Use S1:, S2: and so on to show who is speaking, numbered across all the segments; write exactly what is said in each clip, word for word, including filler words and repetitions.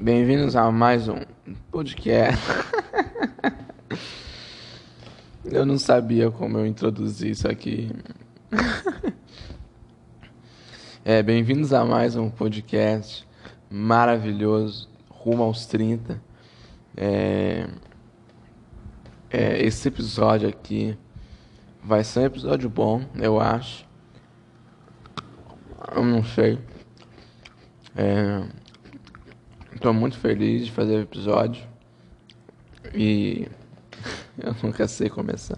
S1: Bem-vindos a mais um podcast. Eu não sabia como eu introduzi isso aqui. É, bem-vindos a mais um podcast maravilhoso, rumo aos trinta. É, é, esse episódio aqui vai ser um episódio bom, eu acho. Eu não sei. É, Estou muito feliz de fazer o episódio e eu nunca sei começar.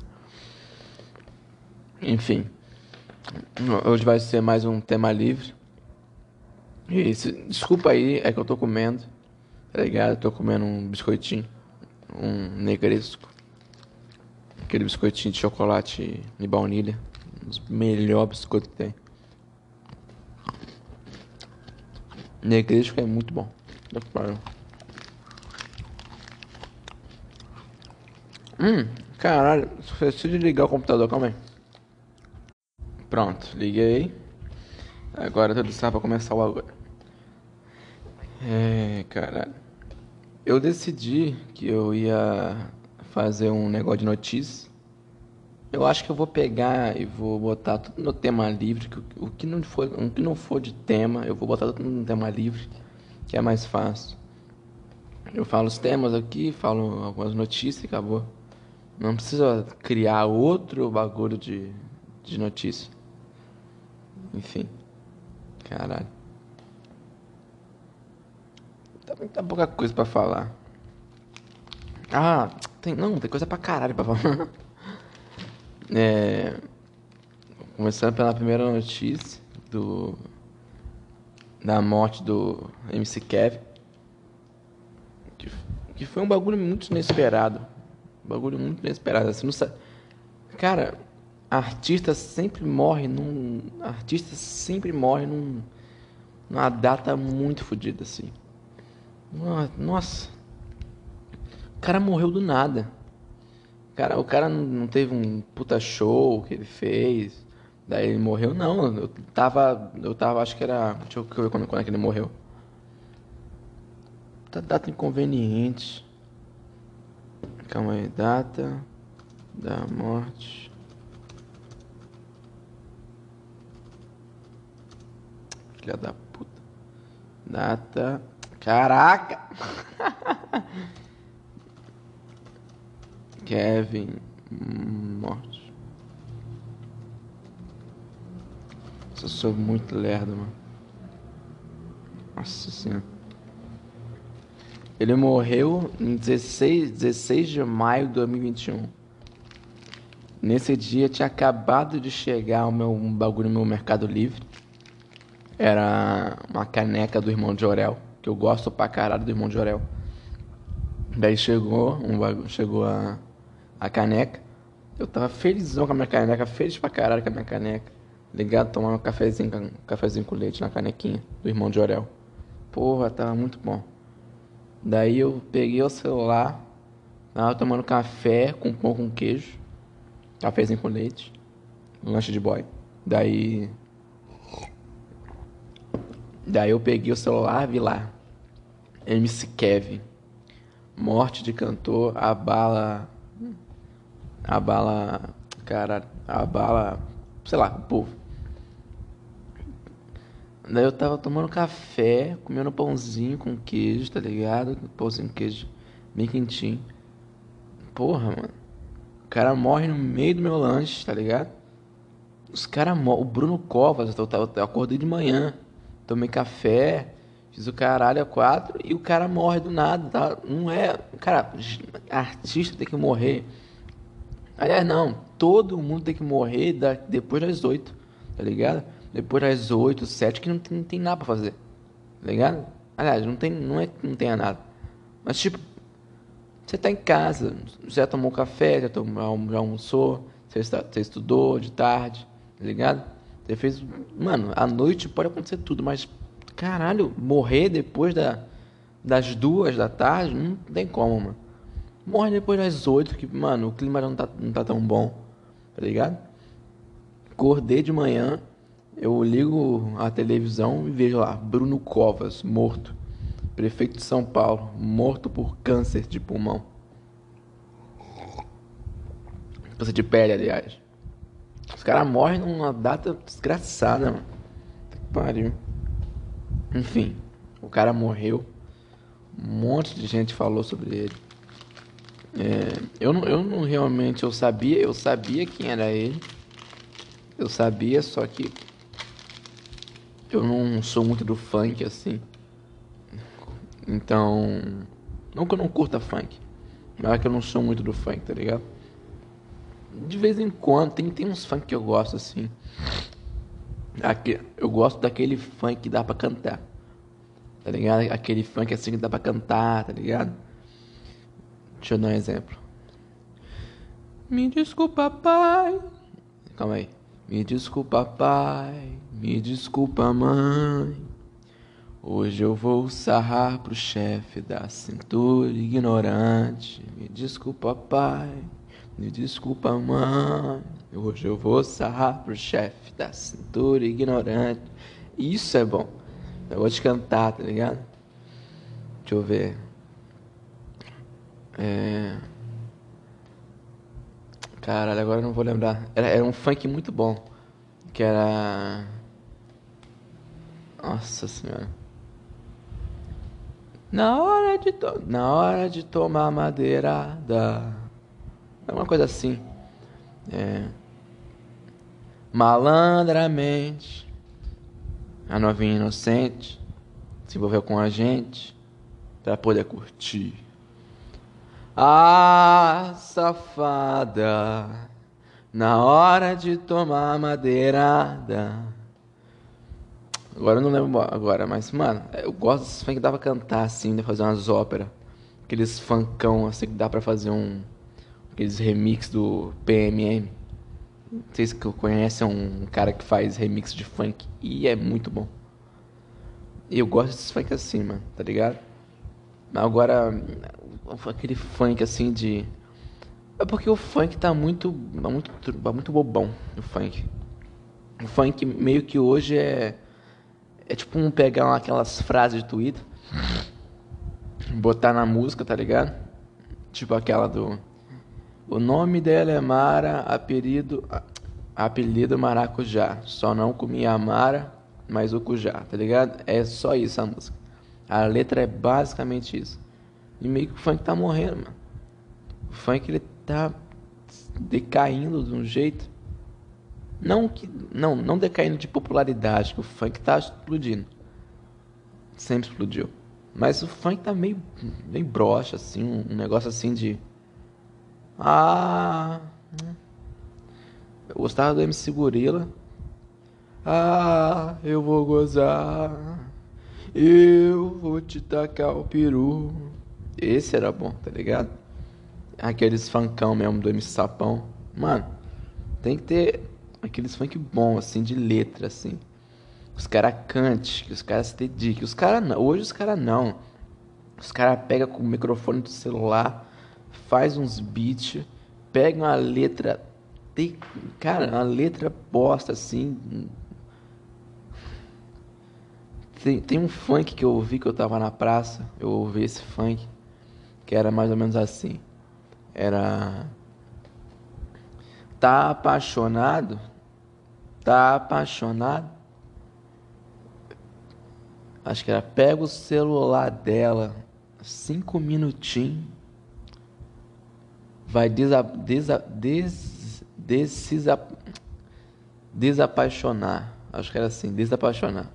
S1: Enfim, hoje vai ser mais um tema livre. E se- desculpa aí, é que eu tô comendo, tá ligado? Tô comendo um biscoitinho, um negresco, aquele biscoitinho de chocolate e baunilha, um dos melhores biscoitos que tem. Negresco é muito bom. Puta que pariu. Hum, caralho, esqueci de ligar o computador, calma aí. Pronto, liguei. Agora tudo certo pra começar o bagulho. É, caralho. Eu decidi que eu ia fazer um negócio de notícia. Eu acho que eu vou pegar e vou botar tudo no tema livre, que o o que não for, o que não for de tema, eu vou botar tudo no tema livre, que é mais fácil. Eu falo os temas aqui, falo algumas notícias e acabou. Não precisa criar outro bagulho de, de notícia. Enfim, caralho. Tá muita pouca coisa pra falar. Ah, tem, não, tem coisa pra caralho pra falar. É, começando pela primeira notícia do da morte do M C Kevin, que, que foi um bagulho muito inesperado. Um bagulho muito inesperado. Assim, não sabe. Cara, artista sempre morre num. Artista sempre morre num, numa data muito fodida, assim. Nossa, o cara morreu do nada. Cara, o cara não não teve um puta show que ele fez. Daí ele morreu, não. Eu tava. Eu tava, acho que era. Deixa eu ver quando, quando é que ele morreu. Tá data inconveniente. Calma aí, data da morte. Filha da puta. Data. Caraca! Kevin. Morte. Eu sou muito lerdo, mano. Nossa senhora. Ele morreu em dezesseis, dezesseis de maio de dois mil e vinte e um. Nesse dia tinha acabado de chegar o meu, um bagulho no meu Mercado Livre. Era uma caneca do Irmão de Jorel, que eu gosto pra caralho do Irmão de Jorel. Daí chegou, um bagulho, chegou a, a caneca. Eu tava felizão com a minha caneca, feliz pra caralho com a minha caneca. Ligado, tomando um cafezinho, um cafezinho com leite na canequinha do Irmão de Jorel. Porra, tava muito bom. Daí eu peguei o celular, tava tomando café com pão com queijo, cafezinho com leite, lanche de boy. Daí, daí eu peguei o celular, vi lá, M C Kevin, morte de cantor, abala, abala, cara, abala, sei lá, o povo. Daí eu tava tomando café, comendo pãozinho com queijo, tá ligado? Pãozinho com queijo bem quentinho. Porra, mano. O cara morre no meio do meu lanche, tá ligado? Os caras morrem. O Bruno Covas, eu, eu, eu acordei de manhã, tomei café, fiz o caralho a quatro e o cara morre do nada, tá? Não é. Cara, artista tem que morrer. Aliás, não. Todo mundo tem que morrer da- depois das oito, tá ligado? Depois das oito, sete, que não tem, não tem nada pra fazer, tá ligado? Aliás, não tem, não é que não tenha nada. Mas, tipo, você tá em casa, já tomou café, já, tomou, já almoçou, você, está, você estudou de tarde, tá ligado? Você fez. Mano, à noite pode acontecer tudo, mas caralho, morrer depois da, das duas da tarde não tem como, mano. Morre depois das oito, que, mano, o clima já não tá, não tá tão bom, tá ligado? Acordei de manhã, eu ligo a televisão e vejo lá, Bruno Covas, morto. Prefeito de São Paulo, morto por câncer de pulmão. Câncer de pele, aliás. Os caras morrem numa data desgraçada, mano. Que pariu. Enfim, o cara morreu. Um monte de gente falou sobre ele. É, eu, não, eu não realmente, eu sabia, eu sabia quem era ele. Eu sabia, só que eu não sou muito do funk, assim. Então, não que eu não curta funk, mas é que eu não sou muito do funk, tá ligado? De vez em quando, tem, tem uns funk que eu gosto, assim. Aqui, eu gosto daquele funk que dá pra cantar, tá ligado? Aquele funk assim que dá pra cantar, tá ligado? Deixa eu dar um exemplo. Me desculpa, pai. Calma aí. Me desculpa, pai. Me desculpa, mãe. Hoje eu vou sarrar pro chefe da cintura ignorante. Me desculpa, pai. Me desculpa, mãe. Hoje eu vou sarrar pro chefe da cintura ignorante. Isso é bom. Eu vou te cantar, tá ligado? Deixa eu ver. É... Caralho, agora eu não vou lembrar. Era, era um funk muito bom. Que era... Nossa senhora. Na hora de, to... Na hora de tomar madeirada. É uma coisa assim. É... Malandramente, a novinha inocente se envolveu com a gente pra poder curtir. Ah, safada, na hora de tomar madeirada. Agora eu não lembro agora, mas mano, eu gosto desses funk que dá pra cantar assim, né? Fazer umas óperas. Aqueles funkão assim que dá pra fazer um. Aqueles remix do P M M. Não sei se conhecem um cara que faz remix de funk e é muito bom. E eu gosto desses funk assim, mano, tá ligado? Agora, aquele funk assim de. É porque o funk tá muito. Tá muito, tá muito bobão, o funk. O funk meio que hoje é. É tipo um pegar aquelas frases de Twitter, botar na música, tá ligado? Tipo aquela do. O nome dela é Mara, apelido, apelido Maracujá. Só não comia a Mara, mas o Cujá, tá ligado? É só isso a música. A letra é basicamente isso. E meio que o funk tá morrendo, mano. O funk ele tá decaindo de um jeito. Não que. Não, não decaindo de popularidade, que o funk tá explodindo. Sempre explodiu. Mas o funk tá meio, meio broxa, assim, um, um negócio assim de. Ah. Eu gostava do M C Gorila. Ah, eu vou gozar. Eu vou te tacar o peru. Esse era bom, tá ligado? Aqueles funkão mesmo do M C Sapão. Mano, tem que ter aqueles funk bom, assim, de letra, assim. Os caras cante, que os caras se dediquem. Os caras não. Hoje os caras não. Os caras pegam com o microfone do celular, faz uns beats, pega uma letra. Tem, cara, uma letra bosta, assim. Tem, tem um funk que eu ouvi que eu tava na praça. Eu ouvi esse funk. Que era mais ou menos assim. Era. Tá apaixonado? Tá apaixonado? Acho que era. Pega o celular dela. Cinco minutinhos. Vai desa, desa, des, desisa, desapaixonar. Acho que era assim. Desapaixonar.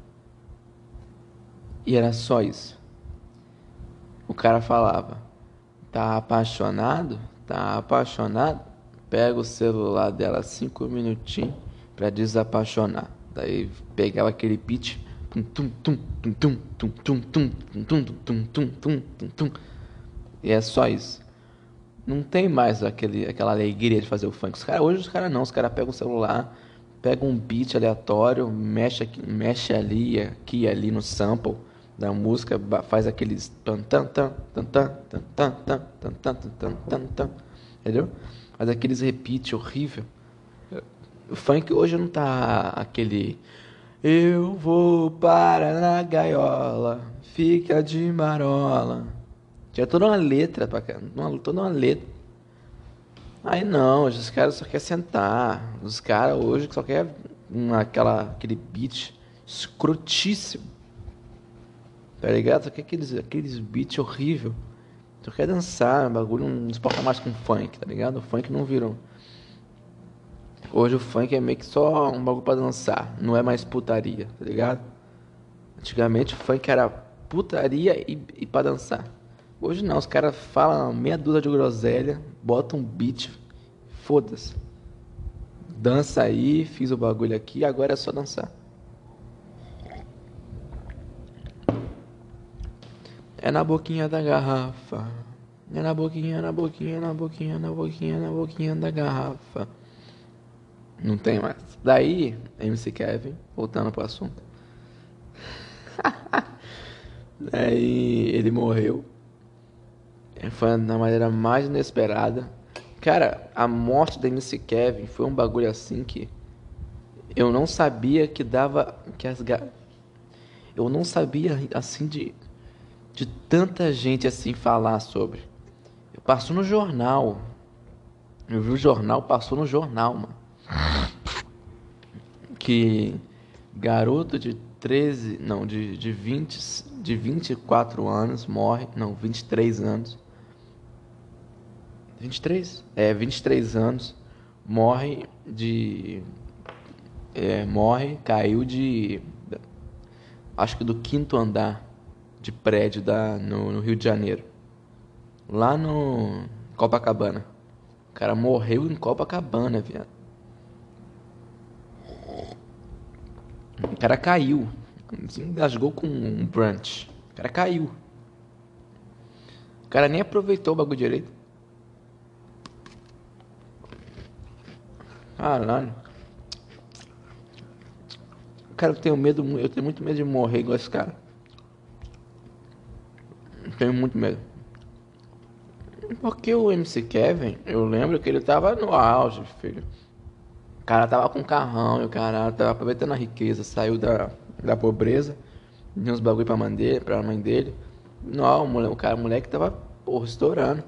S1: E era só isso. O cara falava. Tá apaixonado? Tá apaixonado? Pega o celular dela cinco minutinhos pra desapaixonar. Daí pegava aquele pitch. Tum, tum, tum, tum, tum, tum, tum, tum, tum, tum, tum, tum, tum, tum, tum. E é só isso. Não tem mais aquele, aquela alegria de fazer o funk. Os cara, hoje os caras não. Os caras pegam o celular, pegam um beat aleatório, mexe, aqui, mexe ali, aqui e ali no sample da música, faz aqueles tan tan tan tan tan tan tan tan tan tan tan tan tan, entendeu? Faz aqueles repeat horrível. O funk hoje não tá aquele Eu vou para na gaiola, fica de marola. Tinha toda uma letra pra cá, uma- toda uma letra. Aí não, hoje os caras só querem sentar. Os caras hoje só querem uma, aquela, aquele beat escrotíssimo, tá ligado? Só quer aqueles, aqueles beats horrível. Só quer dançar, o bagulho não se importa mais com funk, tá ligado? O funk não virou. Hoje o funk é meio que só um bagulho pra dançar, não é mais putaria, tá ligado? Antigamente o funk era putaria e, e pra dançar. Hoje não, os caras falam meia dúzia de groselha, botam um beat, foda-se. Dança aí, fiz o bagulho aqui, agora é só dançar. É na boquinha da garrafa. É na boquinha, na boquinha, na boquinha, na boquinha, na boquinha da garrafa. Não tem mais. Daí, M C Kevin, voltando pro assunto. Daí ele morreu. Foi da maneira mais inesperada. Cara, a morte da M C Kevin foi um bagulho assim que eu não sabia que dava. Que as ga... Eu não sabia assim de, de tanta gente assim falar sobre. Passou no jornal. Eu vi o jornal, passou no jornal, mano. Que garoto de treze, não, de, de vinte, de vinte e quatro anos morre, não, vinte e três anos. vinte e três? É, vinte e três anos, morre de é, morre, caiu de acho que do quinto andar de prédio da no, no Rio de Janeiro, lá no Copacabana. O cara morreu em Copacabana, viado. O cara caiu. Se engasgou com um brunch. O cara caiu. O cara nem aproveitou o bagulho direito. Caralho. Cara, eu tenho medo, eu tenho muito medo de morrer igual esse cara. Eu tenho muito medo. Porque o M C Kevin, eu lembro que ele tava no auge, filho. O cara tava com carrão e o cara tava aproveitando a riqueza, saiu da, da pobreza, deu uns bagulho pra mãe dele, pra mãe dele. Não, o, moleque, o cara, o moleque tava, porra, estourando.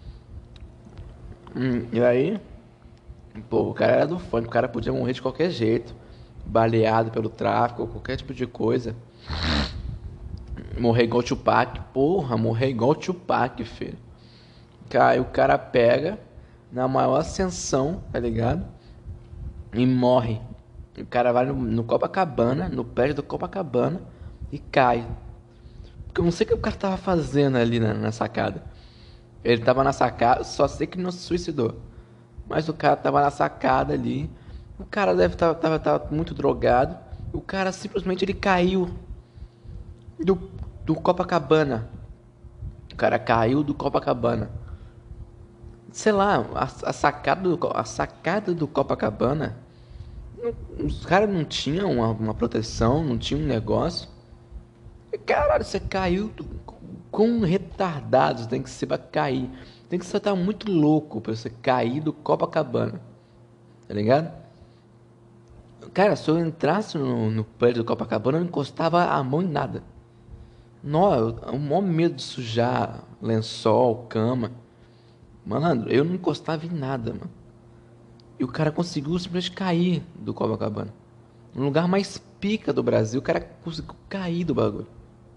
S1: Hum, e aí, pô, o cara era do funk, o cara podia morrer de qualquer jeito. Baleado pelo tráfico, qualquer tipo de coisa. Morrer igual o Tupac, porra, morrer igual o Tupac, filho. Cara, o cara pega na maior ascensão, tá ligado? E morre. O cara vai no, no Copacabana, no pé do Copacabana e cai. Porque eu não sei o que o cara tava fazendo ali na, na sacada. Ele tava na sacada, só sei que não se suicidou. Mas o cara tava na sacada ali. O cara deve estar tava, tava, tava muito drogado. O cara simplesmente ele caiu do, do Copacabana. O cara caiu do Copacabana. Sei lá, a, a sacada do, a sacada do Copacabana. Não- os caras não tinham uma, uma proteção, não tinha um negócio. E, caralho, você caiu. do- Quão retardado você tem que ser pra cair? Tem que você estar muito louco pra você cair do Copacabana. Tá ligado? Cara, se eu entrasse no, no prédio do Copacabana, eu não encostava a mão em nada. Nó, o maior medo de sujar lençol, cama. Mano, eu não encostava em nada, mano. E o cara conseguiu simplesmente cair do Copacabana. No lugar mais pica do Brasil, o cara conseguiu cair do bagulho.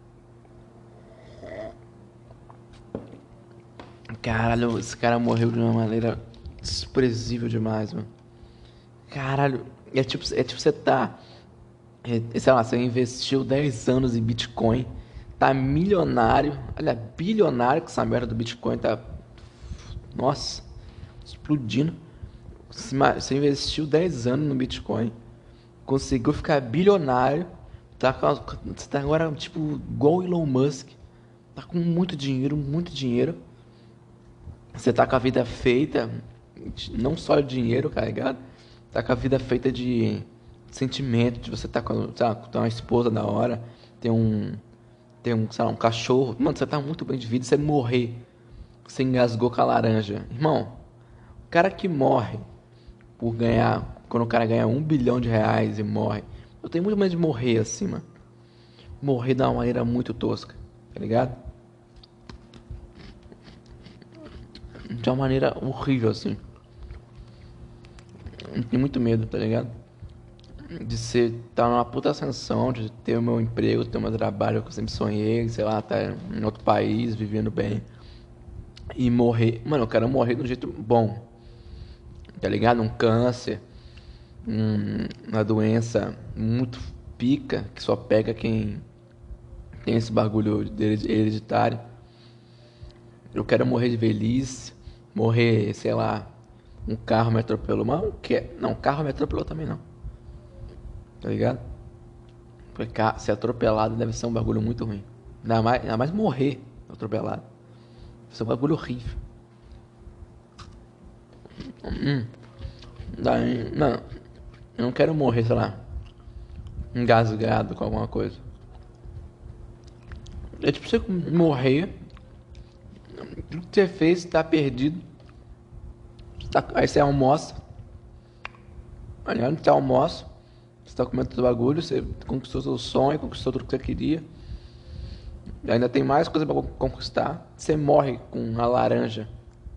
S1: Caralho, esse cara morreu de uma maneira desprezível demais, mano. Caralho, é tipo, é tipo você tá. É, sei lá, você investiu dez anos em Bitcoin, tá milionário, olha, bilionário, que essa merda do Bitcoin tá, nossa, explodindo. Você você investiu dez anos no Bitcoin, conseguiu ficar bilionário, tá com, você tá agora tipo igual o Elon Musk, tá com muito dinheiro, muito dinheiro. Você tá com a vida feita, não só de dinheiro, tá ligado? Tá com a vida feita de sentimento, de você tá com, sei lá, com uma esposa da hora, tem um, tem um, sei lá, um cachorro. Mano, você tá muito bem de vida, você morrer, você engasgou com a laranja. Irmão, o cara que morre por ganhar, quando o cara ganha um bilhão de reais e morre Eu tenho muito medo de morrer assim, mano. Morrer de uma maneira muito tosca, tá ligado? De uma maneira horrível assim. Eu tenho muito medo, tá ligado? De ser, tá numa puta ascensão, de ter o meu emprego, ter o meu trabalho que eu sempre sonhei, sei lá, tá em outro país, vivendo bem. E morrer. Mano, eu quero morrer de um jeito bom, tá ligado? Um câncer, um- uma doença muito pica, que só pega quem tem esse bagulho hereditário. Eu quero morrer de velhice, morrer, sei lá, um carro me atropelou. Mas não quer. Não, carro me atropelou também não. Tá ligado? Porque ca- ser atropelado deve ser um bagulho muito ruim. Ainda mais, ainda mais morrer atropelado. Deve ser um bagulho horrível. Hum, daí, não, eu não quero morrer, sei lá, engasgado com alguma coisa. É tipo você morrer, tudo que você fez tá perdido. Tá- aí você almoça, aí antes você almoça, você tá comendo todo o bagulho, você conquistou seu sonho, conquistou tudo que você queria. E ainda tem mais coisa pra conquistar. Você morre com uma laranja,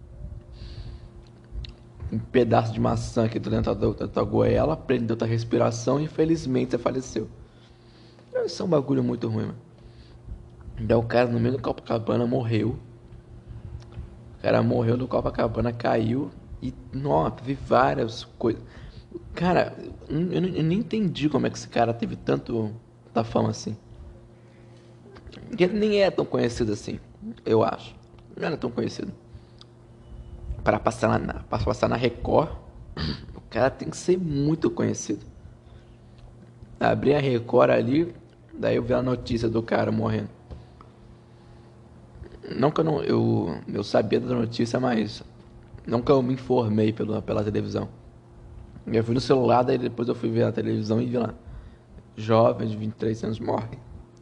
S1: um pedaço de maçã aqui dentro da, da tua goela, prendeu tua respiração e infelizmente você faleceu. Isso é um bagulho muito ruim, mano. Daí o cara no meio do Copacabana morreu. O cara morreu no Copacabana, caiu e, nossa, teve várias coisas. Cara, eu, eu, eu nem entendi como é que esse cara teve tanto da fama assim. Porque ele nem é tão conhecido assim, eu acho. Não era tão conhecido. Para passar na, para passar na Record, o cara tem que ser muito conhecido. Abri a Record ali, daí eu vi a notícia do cara morrendo. Não que eu não. Eu, eu sabia da notícia, mas. Não que eu me informei pela, pela televisão. Eu fui no celular, daí depois eu fui ver a televisão e vi lá. Jovem de vinte e três anos morre.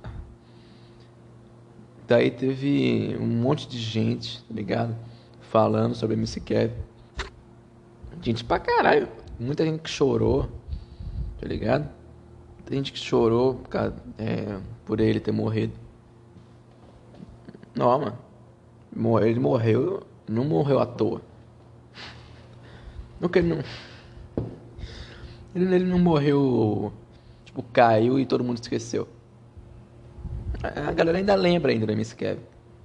S1: Daí teve um monte de gente, tá ligado? Falando sobre M C Kevin. Gente pra caralho. Muita gente que chorou, tá ligado? Muita gente que chorou por, causa- é, por ele ter morrido. Não, mano. Mor- Ele morreu, não morreu à toa. Não que ele não. Ele, ele não morreu. Tipo, caiu e todo mundo esqueceu. A galera ainda lembra ainda do M C Kevin.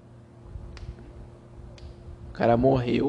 S1: O cara morreu,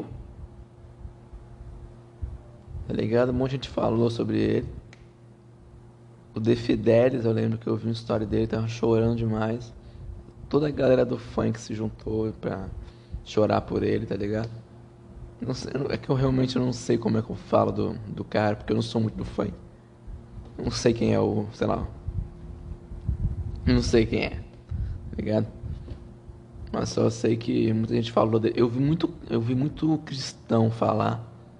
S1: tá ligado? Um monte de gente falou sobre ele. O The Fidelis, eu lembro que eu vi uma história dele, tava chorando demais. Toda a galera do funk se juntou pra chorar por ele, tá ligado? Não sei, é que eu realmente não sei como é que eu falo do, do cara, porque eu não sou muito do funk. Não sei quem é o, sei lá. Não sei quem é, tá ligado? Mas só sei que muita gente falou dele. Eu vi muito, eu vi muito cristão falar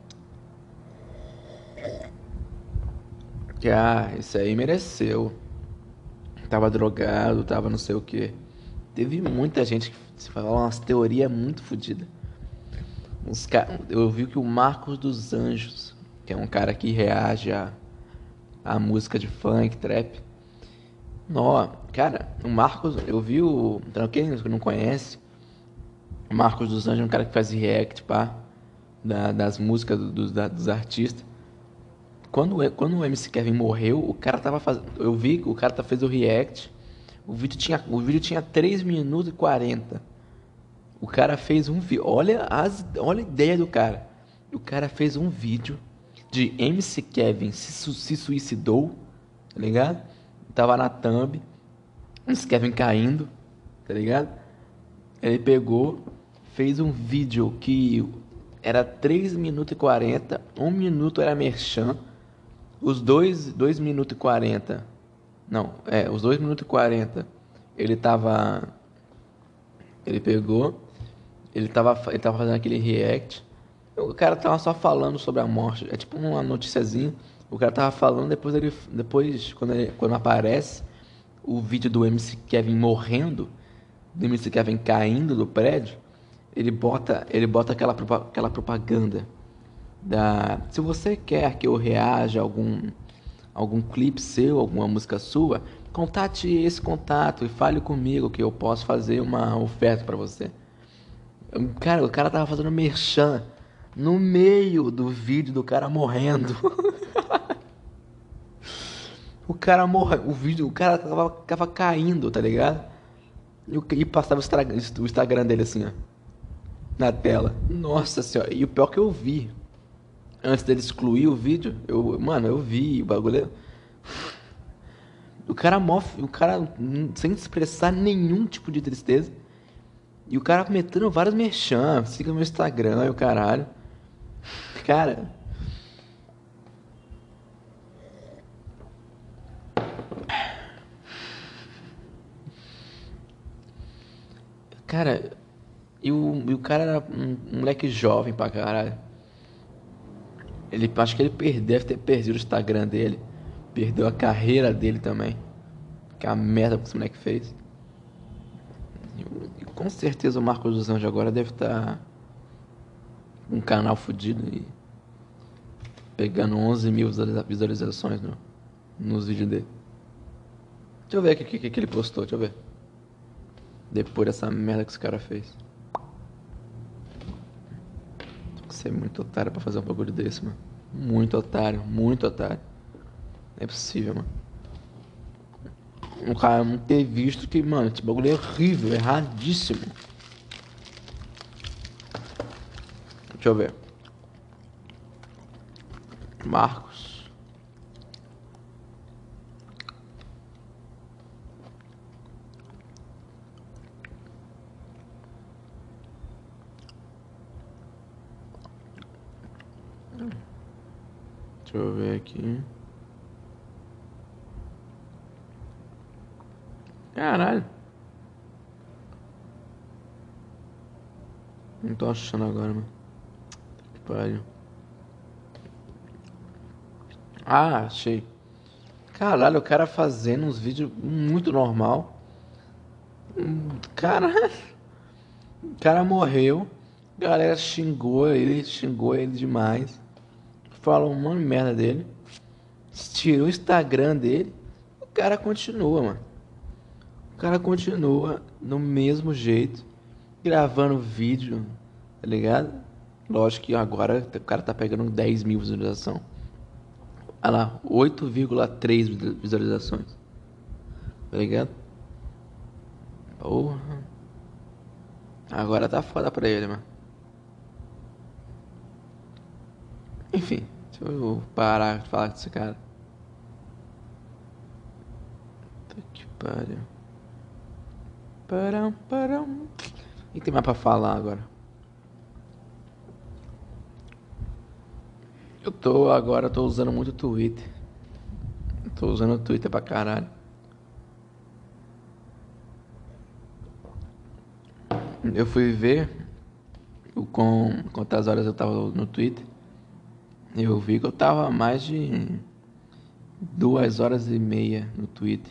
S1: que, ah, esse aí mereceu. Tava drogado, tava não sei o que. Teve muita gente que se falava umas teorias muito fodidas. Uns ca... Eu vi que o Marcos dos Anjos, que é um cara que reage a, a música de funk, trap. Nó, cara, o Marcos, eu vi o. Pra quem não conhece, o Marcos dos Anjos é um cara que faz react, pá, da- das músicas do- dos, da- dos artistas. Quando, o- quando o M C Kevin morreu, o cara tava fazendo. Eu vi que o cara tá fez o react. O vídeo tinha, o vídeo tinha três minutos e quarenta. O cara fez um vídeo. Olha, as, olha a ideia do cara. O cara fez um vídeo de M C Kevin se, su- se suicidou, tá ligado? Tava na thumb. M C Kevin caindo, tá ligado? Ele pegou, fez um vídeo que era três minutos e quarenta, um minuto era merchan, os dois, dois minutos e quarenta, não, é, os dois minutos e quarenta, ele tava, ele pegou, ele tava, ele tava fazendo aquele react, o cara tava só falando sobre a morte, é tipo uma noticiazinha, o cara tava falando, depois ele, depois, quando, ele, quando aparece o vídeo do M C Kevin morrendo, do M C Kevin caindo do prédio, ele bota, ele bota aquela, aquela propaganda da. Se você quer que eu reaja a algum, algum clipe seu, alguma música sua, contate esse contato e fale comigo que eu posso fazer uma oferta pra você. Eu- Cara, o cara tava fazendo merchan no meio do vídeo do cara morrendo. O cara morre, o vídeo, o cara tava, tava caindo, tá ligado? E, o- e passava o Instagram, o Instagram dele assim, ó, na tela. Nossa senhora, e o pior que eu vi, antes dele excluir o vídeo, eu, mano, eu vi o bagulho. O cara morre, o cara hum, sem expressar nenhum tipo de tristeza. E o cara metendo vários merchan, siga meu Instagram e o caralho. Cara, cara, e o, e o cara era um, um moleque jovem pra caralho. Ele, acho que ele perdeu, deve ter perdido o Instagram dele. Perdeu a carreira dele também. Que é a merda que esse moleque fez. E, e com certeza o Marcos dos Anjos agora deve estar com um canal fudido e pegando onze mil visualiza- visualizações no, nos vídeos dele. Deixa eu ver o que, que, que ele postou, deixa eu ver. Depois dessa merda que esse cara fez. Você é muito otário pra fazer um bagulho desse, mano. Muito otário, muito otário. Não é possível, mano. Um cara não ter visto que, mano, esse bagulho é horrível, erradíssimo. Deixa eu ver. Marcos. Deixa eu ver aqui. Caralho. Não tô achando agora, mano. Que pariu. Ah, achei. Caralho, o cara fazendo uns vídeos muito normal. Cara, o cara morreu. A galera xingou ele, xingou ele demais. Falou uma merda dele. Tirou o Instagram dele. O cara continua, mano. O cara continua no mesmo jeito, gravando vídeo, tá ligado? Lógico que agora o cara tá pegando dez mil visualizações. Olha lá, oito vírgula três visualizações. Tá ligado? Porra. Agora tá foda pra ele, mano. Enfim, deixa eu parar de falar com esse cara. Puta que pariu. Param, param. O que tem mais pra falar agora? Eu tô agora, eu tô usando muito o Twitter. Eu tô usando o Twitter pra caralho. Eu fui ver o com quantas horas eu tava no Twitter. Eu vi que eu tava mais de duas horas e meia no Twitter.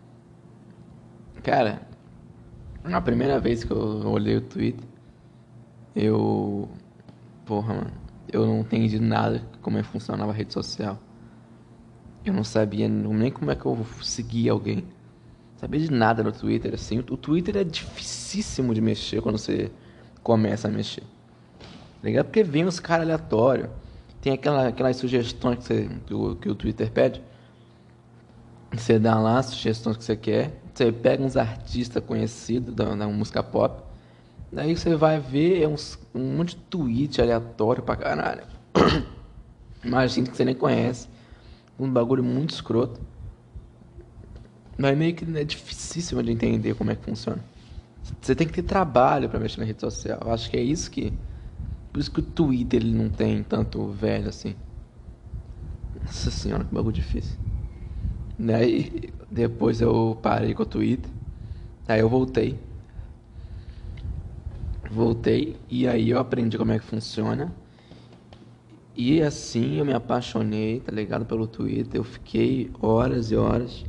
S1: Cara, a primeira vez que eu olhei o Twitter, eu. Porra, mano. Eu não entendi nada como é que funcionava a rede social. Eu não sabia nem como é que eu seguia alguém. Não sabia de nada no Twitter, assim. O Twitter é dificílimo de mexer quando você começa a mexer. Tá ligado? Porque vem os caras aleatórios. Tem aquela, aquelas sugestões que, você, que, o, que o Twitter pede. Você dá lá as sugestões que você quer. Você pega uns artistas conhecidos da, da música pop. Daí você vai ver é uns, um monte de tweet aleatório pra caralho. Imagina que você nem conhece. Um bagulho muito escroto. Mas meio que é dificílimo de entender como é que funciona. Você tem que ter trabalho pra mexer na rede social. Eu acho que é isso que. Por isso que o Twitter ele não tem tanto velho assim. Nossa senhora, que bagulho difícil. Daí depois eu parei com o Twitter. Aí eu voltei. Voltei e aí eu aprendi como é que funciona. E assim eu me apaixonei, tá ligado? Pelo Twitter. Eu fiquei horas e horas.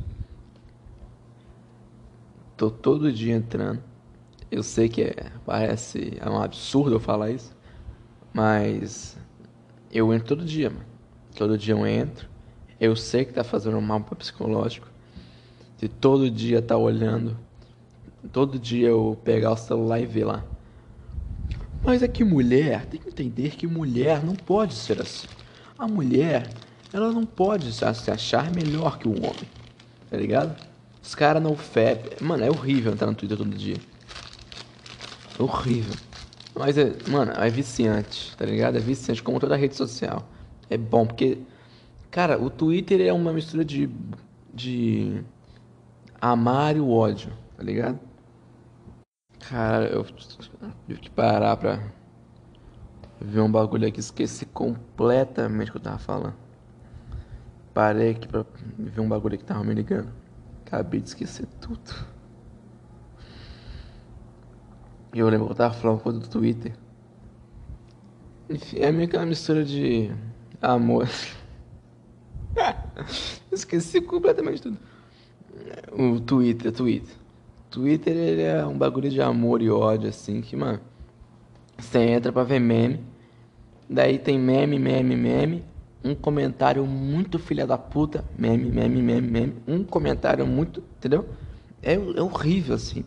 S1: Tô todo dia entrando. Eu sei que é, parece é um absurdo eu falar isso. Mas eu entro todo dia, mano. Todo dia eu entro. Eu sei que tá fazendo mal pro psicológico. De todo dia tá olhando. Todo dia eu pegar o celular e ver lá. Mas é que mulher, tem que entender que mulher não pode ser assim. A mulher, ela não pode se achar melhor que o homem, tá ligado? Os caras não febem. Mano, é horrível entrar no Twitter todo dia. É horrível. Mas é, mano, é viciante, tá ligado? É viciante como toda rede social. É bom porque, cara, o Twitter é uma mistura de, de amar e o ódio, tá ligado? Cara, eu tive que parar pra ver um bagulho aqui, esqueci completamente o que eu tava falando. Parei aqui pra ver um bagulho que tava me ligando. Acabei de esquecer tudo. E eu lembro que eu tava falando coisa do Twitter. Enfim, é meio que uma mistura de amor. Esqueci completamente tudo. O Twitter, Twitter. Twitter, ele é um bagulho de amor e ódio, assim, que, mano, você entra pra ver meme, daí tem meme, meme, meme, um comentário muito filha da puta, meme, meme, meme, meme, um comentário muito, entendeu? É, é horrível, assim.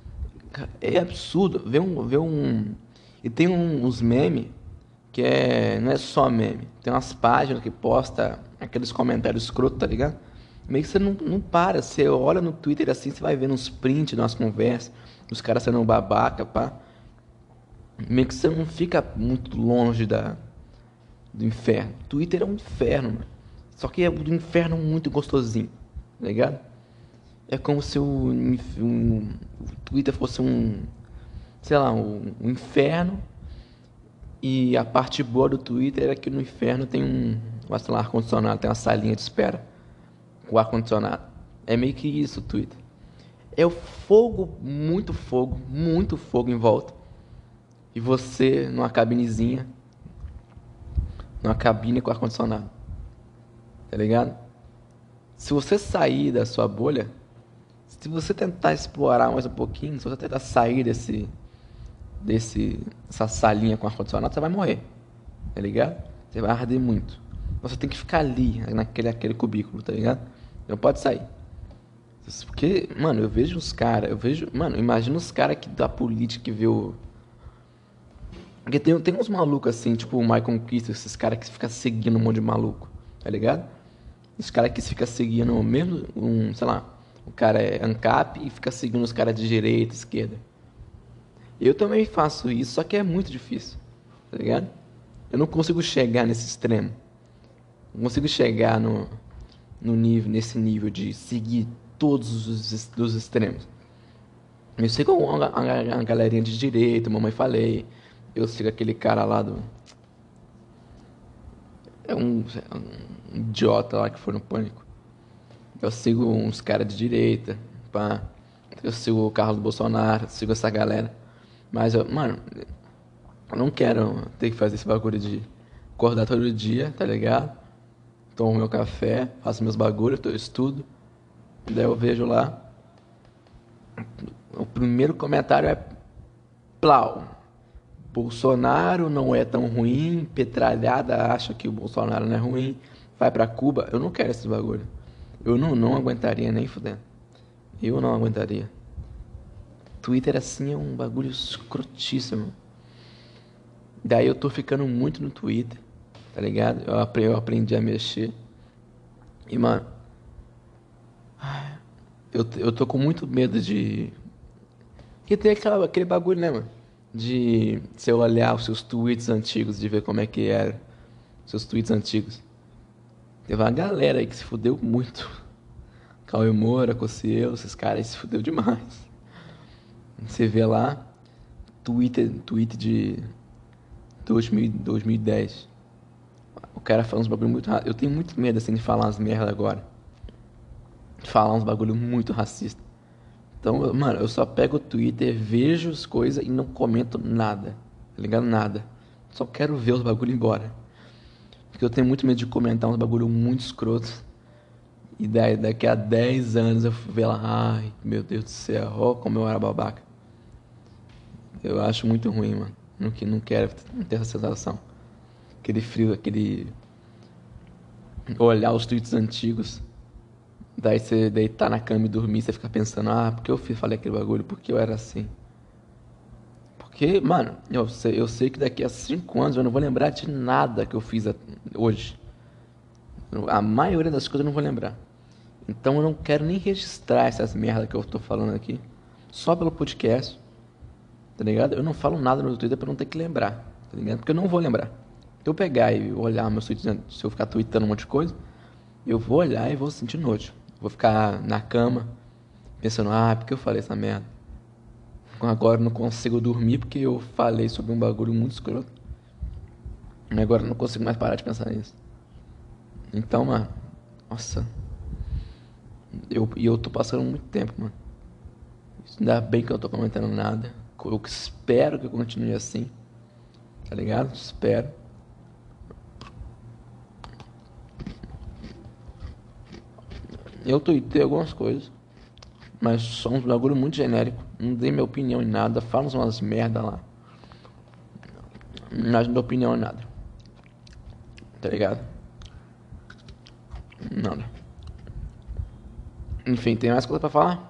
S1: É absurdo. Ver um, ver um... E tem um- uns memes que é... Não é só meme. Tem umas páginas que posta aqueles comentários escroto, tá ligado? Meio que você não, não para. Você olha no Twitter assim, você vai vendo uns prints, umas conversas, os caras sendo um babaca, pá. Meio que você não fica muito longe da, do inferno. Twitter é um inferno, mano. Só que é do inferno muito gostosinho, tá ligado? É como se o, inf- um- o Twitter fosse um, sei lá, um, um inferno. E a parte boa do Twitter é que no inferno tem um, sei lá, ar-condicionado, tem uma salinha de espera com ar-condicionado. É meio que isso o Twitter. É o fogo, muito fogo, muito fogo em volta. E você numa cabinezinha, numa cabine com ar-condicionado. Tá ligado? Se você sair da sua bolha, se você tentar explorar mais um pouquinho, se você tentar sair desse, desse, dessa salinha com ar-condicionado, você vai morrer. Tá ligado? Você vai arder muito. Você tem que ficar ali, naquele aquele cubículo, tá ligado? Não pode sair. Porque, mano, eu vejo os caras, eu vejo, mano, imagina os caras que da política que vê o. Porque tem, tem uns malucos assim, tipo o Michael Conquista, esses caras que ficam seguindo um monte de maluco, tá ligado? Os caras que ficam seguindo, mesmo um, sei lá, o cara é ANCAP e fica seguindo os caras de direita, esquerda. Eu também faço isso, só que é muito difícil, tá ligado? Eu não consigo chegar nesse extremo. Não consigo chegar no, no nível, nesse nível de seguir todos os, ex- dos extremos. Eu sigo uma, uma, uma galerinha de direita, mamãe falei. Eu sigo aquele cara lá do. É um, é um idiota lá que foi no pânico. Eu sigo uns caras de direita, pá. Eu sigo o Carlos Bolsonaro, sigo essa galera. Mas, eu, mano, eu não quero ter que fazer esse bagulho de acordar todo dia, tá ligado? Tomo meu café, faço meus bagulhos, eu estudo. Daí eu vejo lá. O primeiro comentário é Plau. Bolsonaro não é tão ruim. Petralhada acha que o Bolsonaro não é ruim. Vai pra Cuba. Eu não quero esse bagulho. Eu não, não aguentaria nem fudendo. Eu não aguentaria. Twitter assim é um bagulho escrotíssimo. Daí eu tô ficando muito no Twitter, tá ligado? Eu apre- eu aprendi a mexer. E, mano, eu, eu tô com muito medo de. Porque tem aquela, aquele bagulho, né, mano? De você olhar os seus tweets antigos, de ver como é que era. Seus tweets antigos. Teve uma galera aí que se fudeu muito. Cauê Moura, Cossielo, esses caras aí se fudeu demais. Você vê lá, Twitter, tweet de dois mil, dois mil e dez. O cara falando uns bagulho muito racista. Eu tenho muito medo assim de falar umas merda agora. De falar uns bagulho muito racista. Então, eu- mano, eu só pego o Twitter, vejo as coisas e não comento nada. Tá ligado? Nada. Só quero ver os bagulho embora. Porque eu tenho muito medo de comentar uns bagulho muito escroto. E daí, daqui a dez anos eu fui ver lá, ai, meu Deus do céu, ó como eu era babaca. Eu acho muito ruim, mano. Não, que- não quero ter essa sensação. Aquele frio, aquele. olhar os tweets antigos. Daí você deitar na cama e dormir, você fica pensando, ah, por que eu fiz, falei aquele bagulho? Por que eu era assim? Porque, mano, eu sei, eu sei que daqui a cinco anos eu não vou lembrar de nada que eu fiz a- hoje. A maioria das coisas eu não vou lembrar. Então eu não quero nem registrar essas merdas que eu tô falando aqui. Só pelo podcast, tá ligado? Eu não falo nada no Twitter pra não ter que lembrar, tá ligado? Porque eu não vou lembrar. Se eu pegar e olhar meus tweets, se eu ficar tweetando um monte de coisa, eu vou olhar e vou sentir nojo. Vou ficar na cama, pensando, ah, por que eu falei essa merda? Agora eu não consigo dormir porque eu falei sobre um bagulho muito escroto. E agora eu não consigo mais parar de pensar nisso. Então, mano, nossa, eu, e eu tô passando muito tempo, mano. Ainda bem que eu não tô comentando nada. Eu espero que eu continue assim, tá ligado? Espero. Eu tuitei algumas coisas, mas só um bagulho muito genérico. Não dei minha opinião em nada, falo umas merda lá. Mas não dou opinião em nada, tá ligado? Nada. Enfim, tem mais coisa pra falar?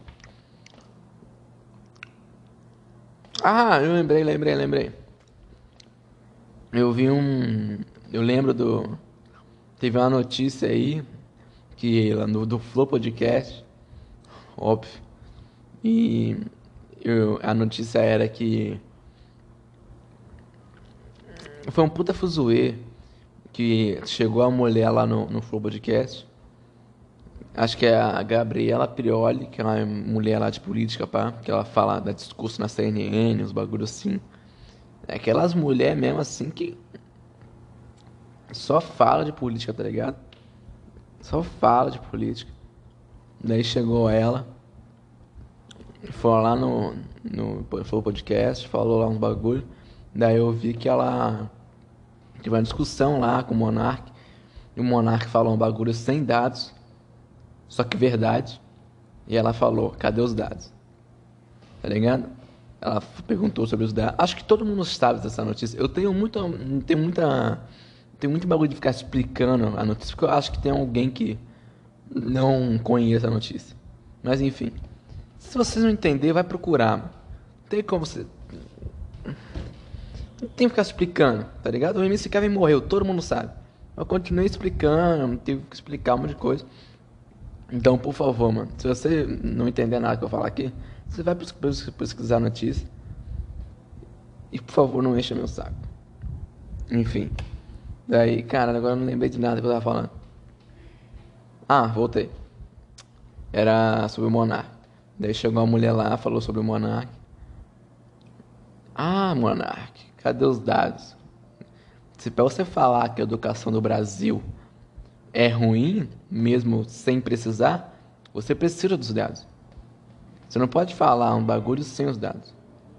S1: Ah, eu lembrei, lembrei, lembrei. Eu vi um. Eu lembro do. Teve uma notícia aí que lá no do Flow Podcast, óbvio. E eu, a notícia era que foi um puta fuzuê que chegou a mulher lá no, no Flow Podcast. Acho que é a Gabriela Prioli, que é uma mulher lá de política, pá, que ela fala, dá discurso na C N N, uns bagulhos assim. É aquelas mulheres mesmo assim que só fala de política, tá ligado? Só fala de política. Daí chegou ela, foi lá no, no Flow Podcast, falou lá uns bagulho. Daí eu vi que ela teve uma discussão lá com o Monark. E o Monark falou um bagulho sem dados, só que verdade. E ela falou, cadê os dados? Tá ligado? Ela perguntou sobre os dados. Acho que todo mundo sabe dessa notícia. Eu tenho muita. Tenho muita. Tenho muito bagulho de ficar explicando a notícia, porque eu acho que tem alguém que não conhece a notícia. Mas enfim. Se vocês não entenderem, vai procurar. Não tem como você. Não tem que ficar explicando, tá ligado? O M C Kevin morreu, todo mundo sabe. Eu continuei explicando, tive que explicar um monte de coisa. Então, por favor, mano, se você não entender nada que eu falar aqui, você vai pesquisar a notícia. E por favor, não encha meu saco. Enfim. Daí, cara, agora eu não lembrei de nada que eu tava falando. Ah, voltei. Era sobre o Monark. Daí chegou uma mulher lá, falou sobre o Monark. Ah, Monark, cadê os dados? Se pra você falar que a educação do Brasil é ruim, mesmo sem precisar, você precisa dos dados. Você não pode falar um bagulho sem os dados.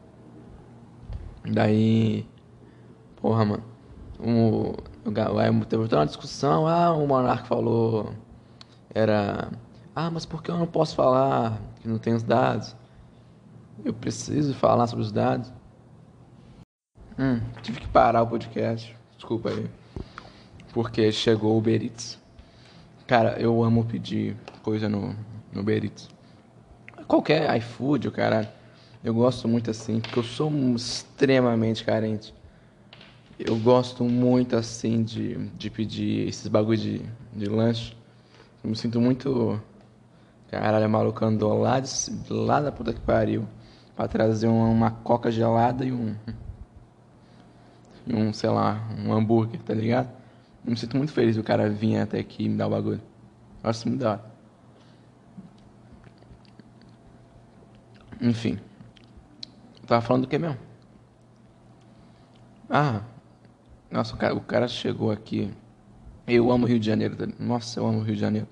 S1: Daí, porra, mano. Um, o- aí teve toda uma discussão. Ah, o Monark falou. Era. Ah, mas por que eu não posso falar que não tem os dados? Eu preciso falar sobre os dados. Hum, tive que parar o podcast. Desculpa aí. Porque chegou o Uber Eats. Cara, eu amo pedir coisa no, no Uber Eats. Qualquer iFood, o caralho. Eu gosto muito assim, porque eu sou um extremamente carente. Eu gosto muito assim de, de pedir esses bagulho de, de lanche. Eu me sinto muito. Caralho, maluco andou lá, de, lá da puta que pariu. Pra trazer uma, uma coca gelada e um. E um, sei lá, um hambúrguer, tá ligado? Eu me sinto muito feliz o cara vir até aqui e me dar o bagulho. Eu acho isso muito da hora. Enfim. Eu tava falando do que mesmo? Ah, nossa, o cara, o cara chegou aqui. Eu amo o Rio de Janeiro. tá? Nossa, eu amo o Rio de Janeiro.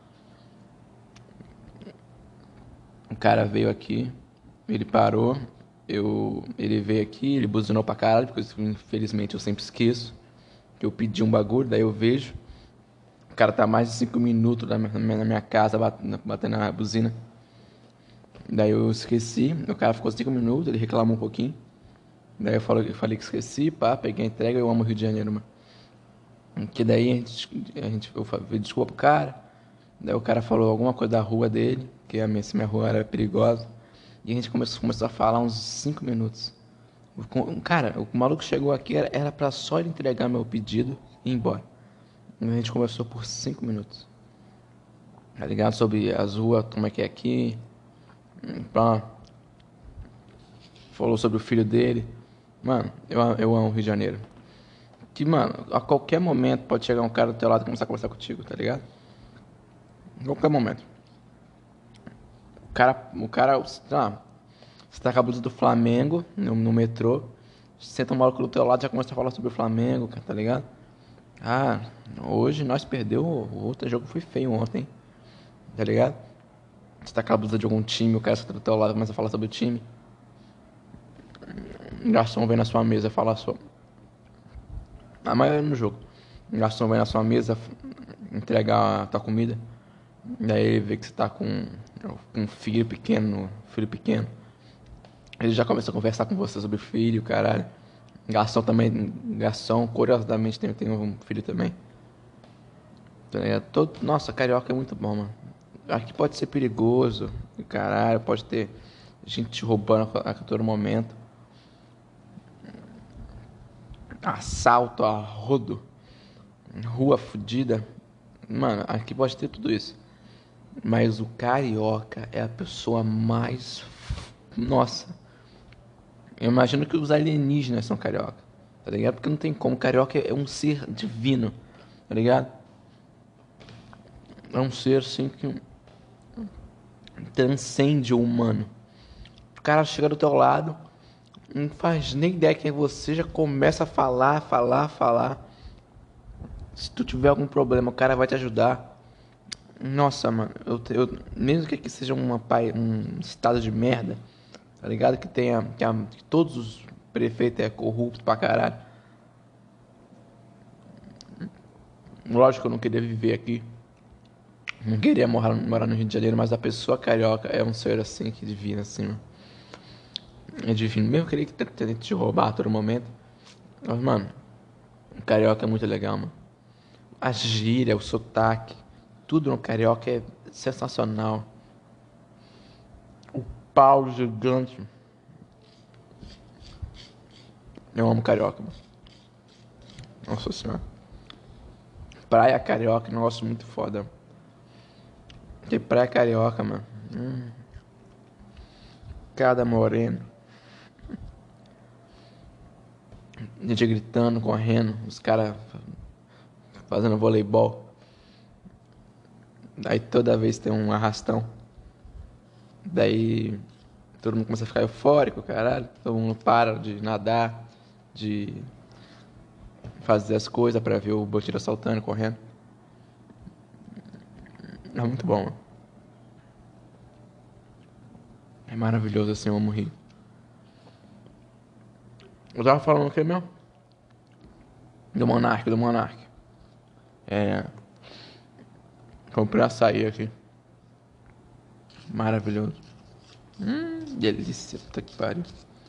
S1: O cara veio aqui, ele parou, eu, ele veio aqui, ele buzinou pra caralho, porque eu, infelizmente eu sempre esqueço. Que eu pedi um bagulho, daí eu vejo. O cara tá mais de cinco minutos na minha, na minha casa batendo, batendo na buzina. Daí eu esqueci, o cara ficou cinco minutos, ele reclamou um pouquinho. Daí eu falei, eu falei que esqueci, pá, peguei a entrega, eu amo o Rio de Janeiro, mano. Que daí a gente, a gente eu falei desculpa pro cara. Daí o cara falou alguma coisa da rua dele, que a minha, se minha rua era perigosa. E a gente começou, começou a falar uns cinco minutos. O com- Cara, o maluco chegou aqui, era, era pra só ele entregar meu pedido e ir embora. E a gente conversou por cinco minutos. Tá ligado? Sobre as ruas, como é que é aqui. hum, Pá. Falou sobre o filho dele. Mano, eu, eu amo o Rio de Janeiro. Que, mano, a qualquer momento pode chegar um cara do teu lado e começar a conversar contigo, tá ligado? A qualquer momento. O cara, o cara, sei lá, você tá com a blusa do Flamengo no, no metrô, senta um maluco do teu lado e já começa a falar sobre o Flamengo, cara, tá ligado? Ah, hoje nós perdeu, o outro jogo foi feio ontem, tá ligado? Você tá com a blusa de algum time, o cara senta do teu lado e começa a falar sobre o time. O garçom vem na sua mesa falar sobre. A maioria no jogo. O garçom vem na sua mesa entregar a tua comida. Daí ele vê que você tá com com um filho pequeno, filho pequeno. Ele já começa a conversar com você sobre o filho, caralho. Garçom também, garçom, curiosamente tem, tem um filho também. Tá ligado? Todo, nossa, carioca é muito bom, mano. Aqui pode ser perigoso, caralho, pode ter gente te roubando a, a todo momento. Assalto a rodo, rua fodida. Mano, aqui pode ter tudo isso. Mas o carioca é a pessoa mais. Nossa, eu imagino que os alienígenas são carioca, tá ligado? Porque não tem como. Carioca é um ser divino, tá ligado? É um ser assim que transcende o humano. O cara chega do teu lado, não faz nem ideia quem é você, já começa a falar, falar, falar. Se tu tiver algum problema, o cara vai te ajudar. Nossa, mano, eu, eu mesmo que aqui seja uma pai, um estado de merda, tá ligado? Que tenha, que, a, que todos os prefeitos é corrupto pra caralho. Lógico que eu não queria viver aqui, não queria morar, morar no Rio de Janeiro, mas a pessoa carioca é um ser assim que divino, assim, mano. É divino. Mesmo que ele tente te roubar a todo momento. Mas, mano, o carioca é muito legal, mano. A gíria, o sotaque, tudo no carioca é sensacional. O pau gigante. Eu amo carioca, mano. Nossa senhora. Praia carioca, negócio muito foda. Que praia carioca, mano. Hum, cada moreno. Gente gritando, correndo. Os caras fazendo voleibol. Daí toda vez tem um arrastão. Daí todo mundo começa a ficar eufórico, caralho. Todo mundo para de nadar, de fazer as coisas pra ver o Botilho saltando, correndo. É muito bom, mano. É maravilhoso assim, eu amo rir. Eu tava falando o que mesmo? Do Monark, do Monark. É. Comprei açaí aqui. Maravilhoso. Hum, delícia, puta que pariu.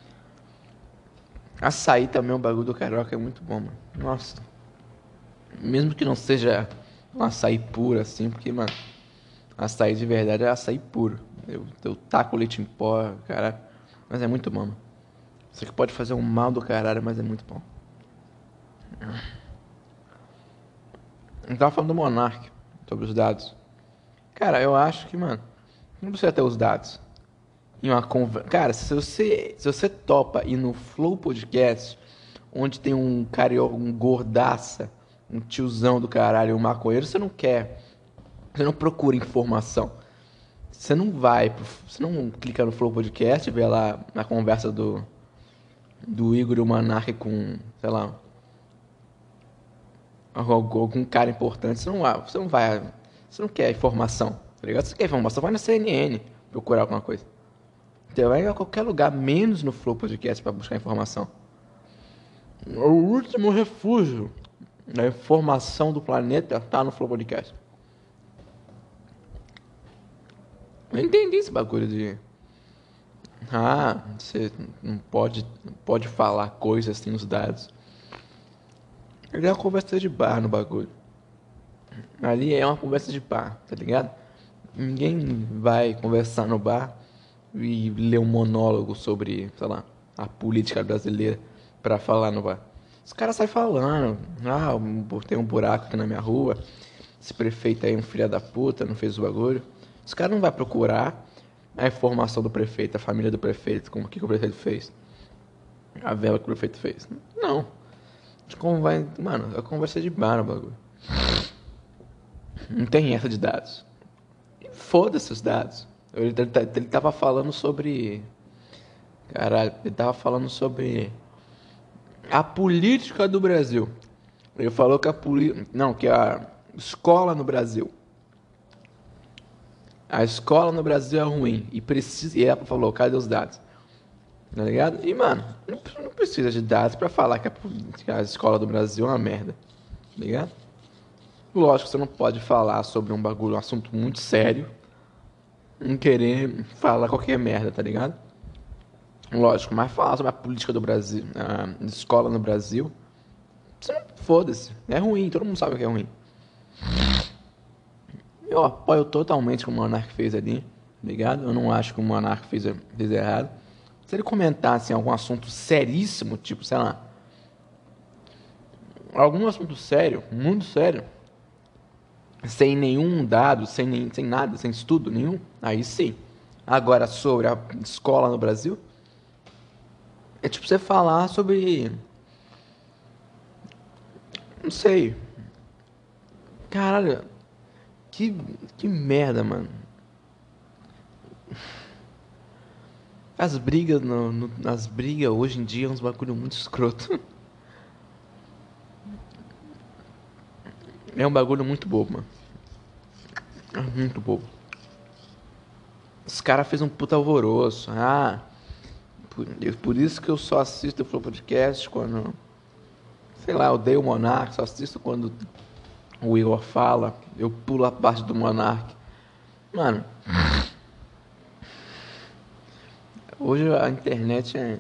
S1: Açaí também, o bagulho do carioca é muito bom, mano. Nossa. Mesmo que não seja um açaí puro assim, porque, mano, açaí de verdade é açaí puro. Eu, eu taco leite em pó, caralho. Mas é muito bom, mano. Isso aqui pode fazer um mal do caralho, mas é muito bom. Eu tava falando do Monark, sobre os dados. Cara, eu acho que, mano, não precisa ter os dados. Em uma conversa. Cara, se você, se você topa ir no Flow Podcast, onde tem um carioca, um gordaça, um tiozão do caralho, um maconheiro, você não quer. Você não procura informação. Você não vai, pro- você não clica no Flow Podcast e vê lá na conversa do, do Igor e o Monark com, sei lá, algum, algum cara importante. Você não vai, você não vai, você não quer informação, tá ligado? Você quer informação, vai na C N N procurar alguma coisa. Você vai a qualquer lugar, menos no Flow Podcast pra buscar informação. O último refúgio da informação do planeta tá no Flow Podcast. Eu entendi esse bagulho de. Ah, você não pode, não pode falar coisas sem os dados. Ali é uma conversa de bar no bagulho. Ali é uma conversa de bar, tá ligado? Ninguém vai conversar no bar e ler um monólogo sobre, sei lá, a política brasileira pra falar no bar. Os caras saem falando, ah, tem um buraco aqui na minha rua, esse prefeito aí é um filho da puta, não fez o bagulho. Os caras não vão procurar a informação do prefeito, a família do prefeito, como que, que o prefeito fez, a vela que o prefeito fez. Não. Como vai, mano, a conversa de bar no bagulho. Não tem essa de dados. Foda-se os dados. Ele, ele, ele tava falando sobre. Caralho, ele tava falando sobre a política do Brasil. Ele falou que a política. Não, que a escola no Brasil. A escola no Brasil é ruim. E precisa. E ela falou, cadê os dados? Tá ligado? E, mano, não, não precisa de dados pra falar que a, que a escola do Brasil é uma merda. Tá ligado? Lógico, você não pode falar sobre um bagulho, um assunto muito sério, não querer falar qualquer merda, tá ligado? Lógico, mas falar sobre a política do Brasil, a escola no Brasil, você não, foda-se, é ruim, todo mundo sabe que é ruim. Eu apoio totalmente o que o Monark fez ali, tá ligado? Eu não acho que o Monark fez, fez errado. Se ele comentasse algum assunto seríssimo, tipo, sei lá, algum assunto sério, muito sério, sem nenhum dado, sem, nem, sem nada, sem estudo nenhum, aí sim. Agora, sobre a escola no Brasil, é tipo você falar sobre... Não sei. Caralho, que, que merda, mano. As brigas, no, no, as brigas hoje em dia é uns bagulho muito escroto. É um bagulho muito bobo, mano. É muito bobo. Os caras fez um puta alvoroço. Ah, por, por isso que eu só assisto o Flow Podcast quando... Sei lá, eu odeio o Monark, só assisto quando o Igor fala. Eu pulo a parte do Monark. Mano... Hoje a internet é...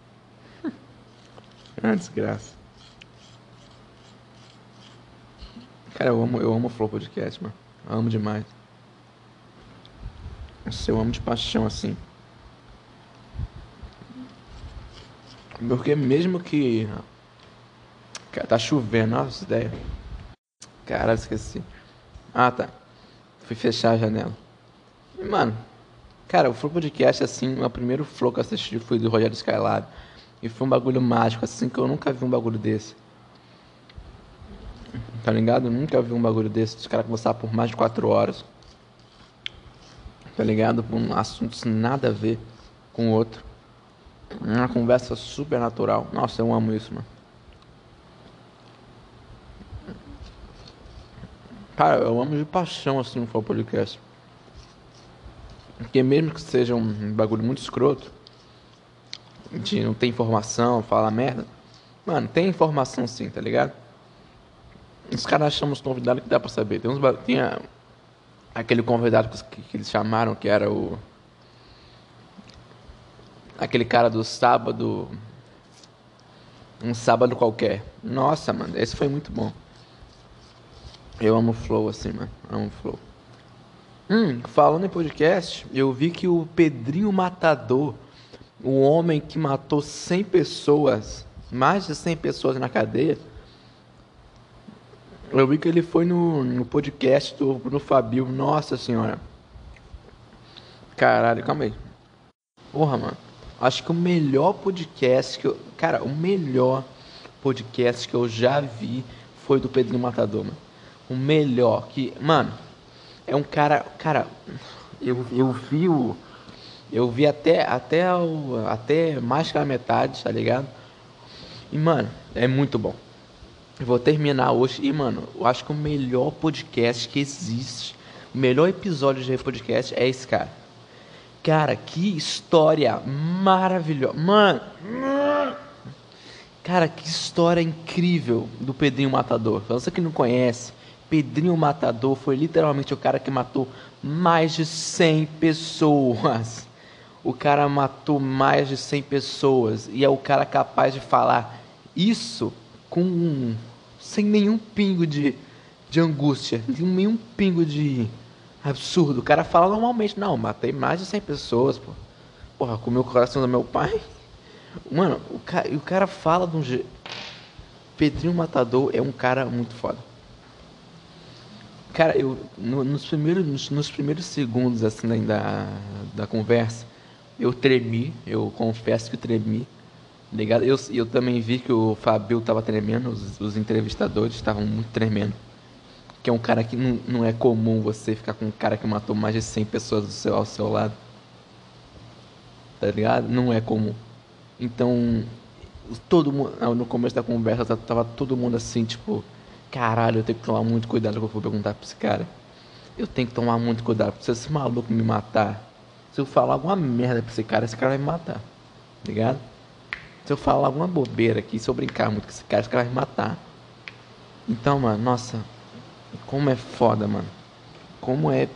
S1: é uma desgraça. Cara, eu amo, eu amo o Flow Podcast, mano. Eu amo demais. Nossa, eu amo de paixão, assim. Porque mesmo que... Cara, tá chovendo, nossa ideia. Caralho, esqueci. Ah, tá. Fui fechar a janela. E, mano... Cara, o Flow Podcast, assim, o primeiro Flow que eu assisti foi do Rogério Skylab. E foi um bagulho mágico, assim, que eu nunca vi um bagulho desse. Tá ligado? Eu nunca vi um bagulho desse. Os caras conversaram por mais de quatro horas. Tá ligado? Por um assunto nada a ver com o outro. Uma conversa super natural. Nossa, eu amo isso, mano. Cara, eu amo de paixão, assim, o Flow Podcast. Porque mesmo que seja um bagulho muito escroto, de não ter informação, falar merda, mano, tem informação sim, tá ligado? Os caras chamam os convidados que dá pra saber. Tem uns tinha aquele convidado que, que eles chamaram, que era o... Aquele cara do sábado... Um sábado qualquer. Nossa, mano, esse foi muito bom. Eu amo Flow assim, mano. Amo Flow. Hum, falando em podcast, eu vi que o Pedrinho Matador, o homem que matou cem pessoas, mais de cem pessoas na cadeia, eu vi que ele foi no, no podcast do Bruno Fabio. Nossa senhora. Caralho, calma aí. Porra, mano. Acho que o melhor podcast que eu... Cara, o melhor podcast que eu já vi foi do Pedrinho Matador, mano. O melhor que... Mano... É um cara, cara, eu, eu vi o, eu vi até, até, o, até mais que a metade, tá ligado? E, mano, é muito bom. Eu vou terminar hoje e, mano, eu acho que o melhor podcast que existe, o melhor episódio de podcast é esse cara. Cara, que história maravilhosa. Mano, cara, que história incrível do Pedrinho Matador. Pra você que não conhece, Pedrinho Matador foi literalmente o cara que matou mais de cem pessoas. O cara matou mais de cem pessoas. E é o cara capaz de falar isso com sem nenhum pingo de, de angústia, sem nenhum pingo de absurdo. O cara fala normalmente, não, matei mais de cem pessoas, pô. Porra, comeu o coração do meu pai. Mano, o cara, o cara fala de um jeito. Pedrinho Matador é um cara muito foda. Cara, eu no- nos primeiros nos, nos primeiros segundos assim da, da conversa, eu tremi, eu confesso que eu tremi, ligado? Eu, eu também vi que o Fabio tava tremendo, os, os entrevistadores estavam muito tremendo, que é um cara que não, não é comum você ficar com um cara que matou mais de cem pessoas do seu, ao seu lado, tá ligado? Não é comum. Então, todo mundo, no começo da conversa, tava todo mundo assim, tipo, caralho, eu tenho que tomar muito cuidado com o que eu vou perguntar pra esse cara. Eu tenho que tomar muito cuidado, porque se esse maluco me matar, se eu falar alguma merda pra esse cara, esse cara vai me matar, tá ligado? Se eu falar alguma bobeira aqui, se eu brincar muito com esse cara, esse cara vai me matar. Então, mano, nossa, como é foda, mano. Como é.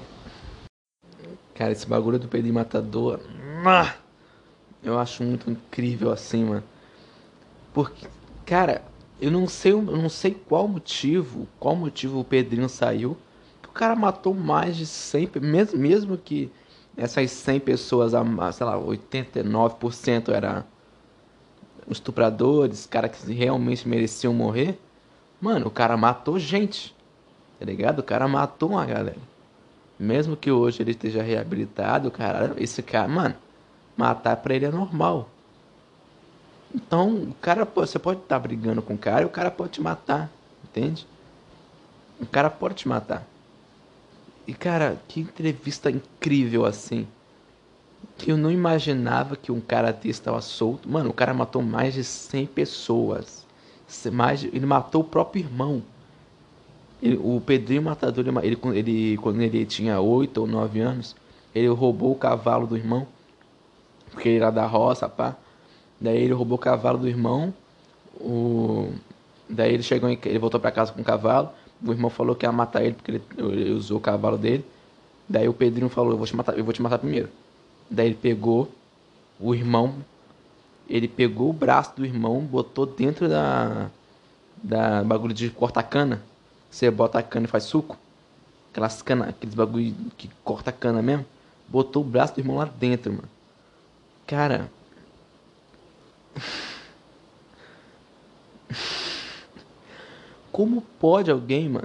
S1: Cara, esse bagulho do Pedro Matador. ah, Eu acho muito incrível assim, mano. Porque, cara, eu não sei, eu não sei qual motivo, qual motivo o Pedrinho saiu. Que o cara matou mais de cem, pe- mesmo, mesmo que essas cem pessoas, a- sei lá, oitenta e nove por cento era estupradores, cara que realmente mereciam morrer. Mano, o cara matou gente, tá ligado? O cara matou uma galera. Mesmo que hoje ele esteja reabilitado, cara, esse cara, mano, matar pra ele é normal. Então, o cara, pô, você pode estar brigando com o cara e o cara pode te matar, entende? O cara pode te matar. E, cara, que entrevista incrível assim. Que eu não imaginava que um cara desse estava solto. Mano, o cara matou mais de cem pessoas. Se- Mais de- ele matou o próprio irmão. Ele- o Pedrinho Matador, ele, ma- ele, ele- quando ele tinha oito ou nove anos, ele roubou o cavalo do irmão. Porque ele era da roça, pá. Daí ele roubou o cavalo do irmão. O... Daí ele chegou em... ele voltou pra casa com o cavalo. O irmão falou que ia matar ele porque ele, ele usou o cavalo dele. Daí o Pedrinho falou, eu vou te matar, eu vou te matar primeiro. Daí ele pegou o irmão, ele pegou o braço do irmão, botou dentro da da bagulho de cortar cana. Você bota a cana e faz suco, aquelas cana, aqueles bagulho que corta a cana mesmo. Botou o braço do irmão lá dentro, mano. Cara, como pode alguém, mano?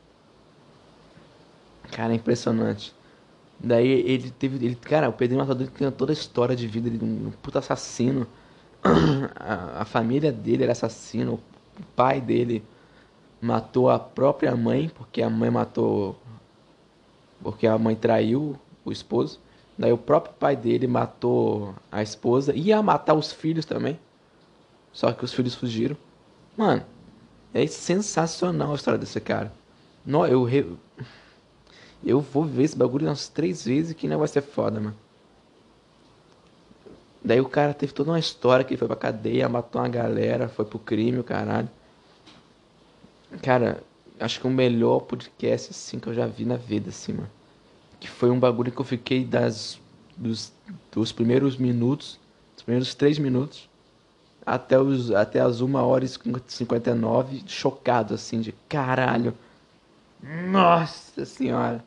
S1: Cara, é impressionante. Daí ele teve. Ele, cara, o Pedrinho Matador tem toda a história de vida de um, um puta assassino. A, a família dele era assassino. O pai dele matou a própria mãe, porque a mãe matou. Porque a mãe traiu o esposo. Daí o próprio pai dele matou a esposa. Ia matar os filhos também. Só que os filhos fugiram. Mano, é sensacional a história desse cara. Não, eu, re- eu vou ver esse bagulho umas três vezes que não vai ser foda, mano. Daí o cara teve toda uma história que ele foi pra cadeia, matou uma galera, foi pro crime, o caralho. Cara, acho que o melhor podcast assim que eu já vi na vida, assim, mano. Que foi um bagulho que eu fiquei das dos, dos primeiros minutos, dos primeiros três minutos, até os até as uma hora e cinquenta e nove, chocado assim de caralho. Nossa senhora.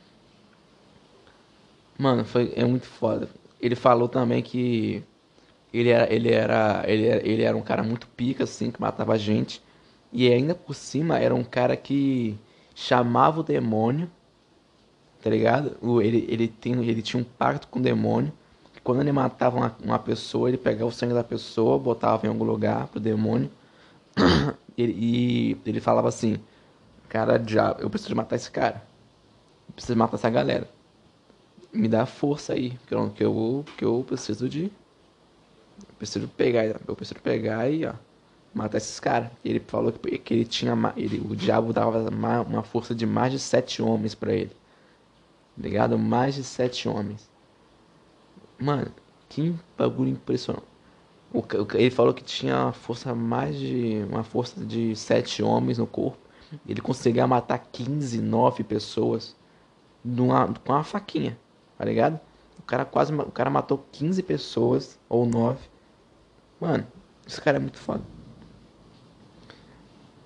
S1: Mano, foi é muito foda. Ele falou também que Ele era, ele era, ele era, ele era um cara muito pica, assim, que matava gente. E ainda por cima era um cara que chamava o demônio, tá ligado? O- Ele, ele, tem, ele tinha um pacto com o demônio. Que quando ele matava uma, uma pessoa, ele pegava o sangue da pessoa, botava em algum lugar pro demônio. Ele- e ele falava assim, cara, diabo, eu preciso matar esse cara. Eu preciso matar essa galera. Me dá força aí, que eu, que eu, que eu preciso de Eu preciso pegar, eu preciso pegar e, ó, matar esses caras. Ele falou que, que ele tinha, ma- ele, o diabo dava ma- uma força de mais de sete homens pra ele, tá ligado? Mais de sete homens. Mano, que bagulho impressionante. O ca- o ca- ele falou que tinha uma força mais de, uma força de sete homens no corpo. Ele conseguia matar quinze, nove pessoas numa, com uma faquinha, tá ligado? O cara quase, ma- o cara matou quinze pessoas, ou nove. Mano, esse cara é muito foda.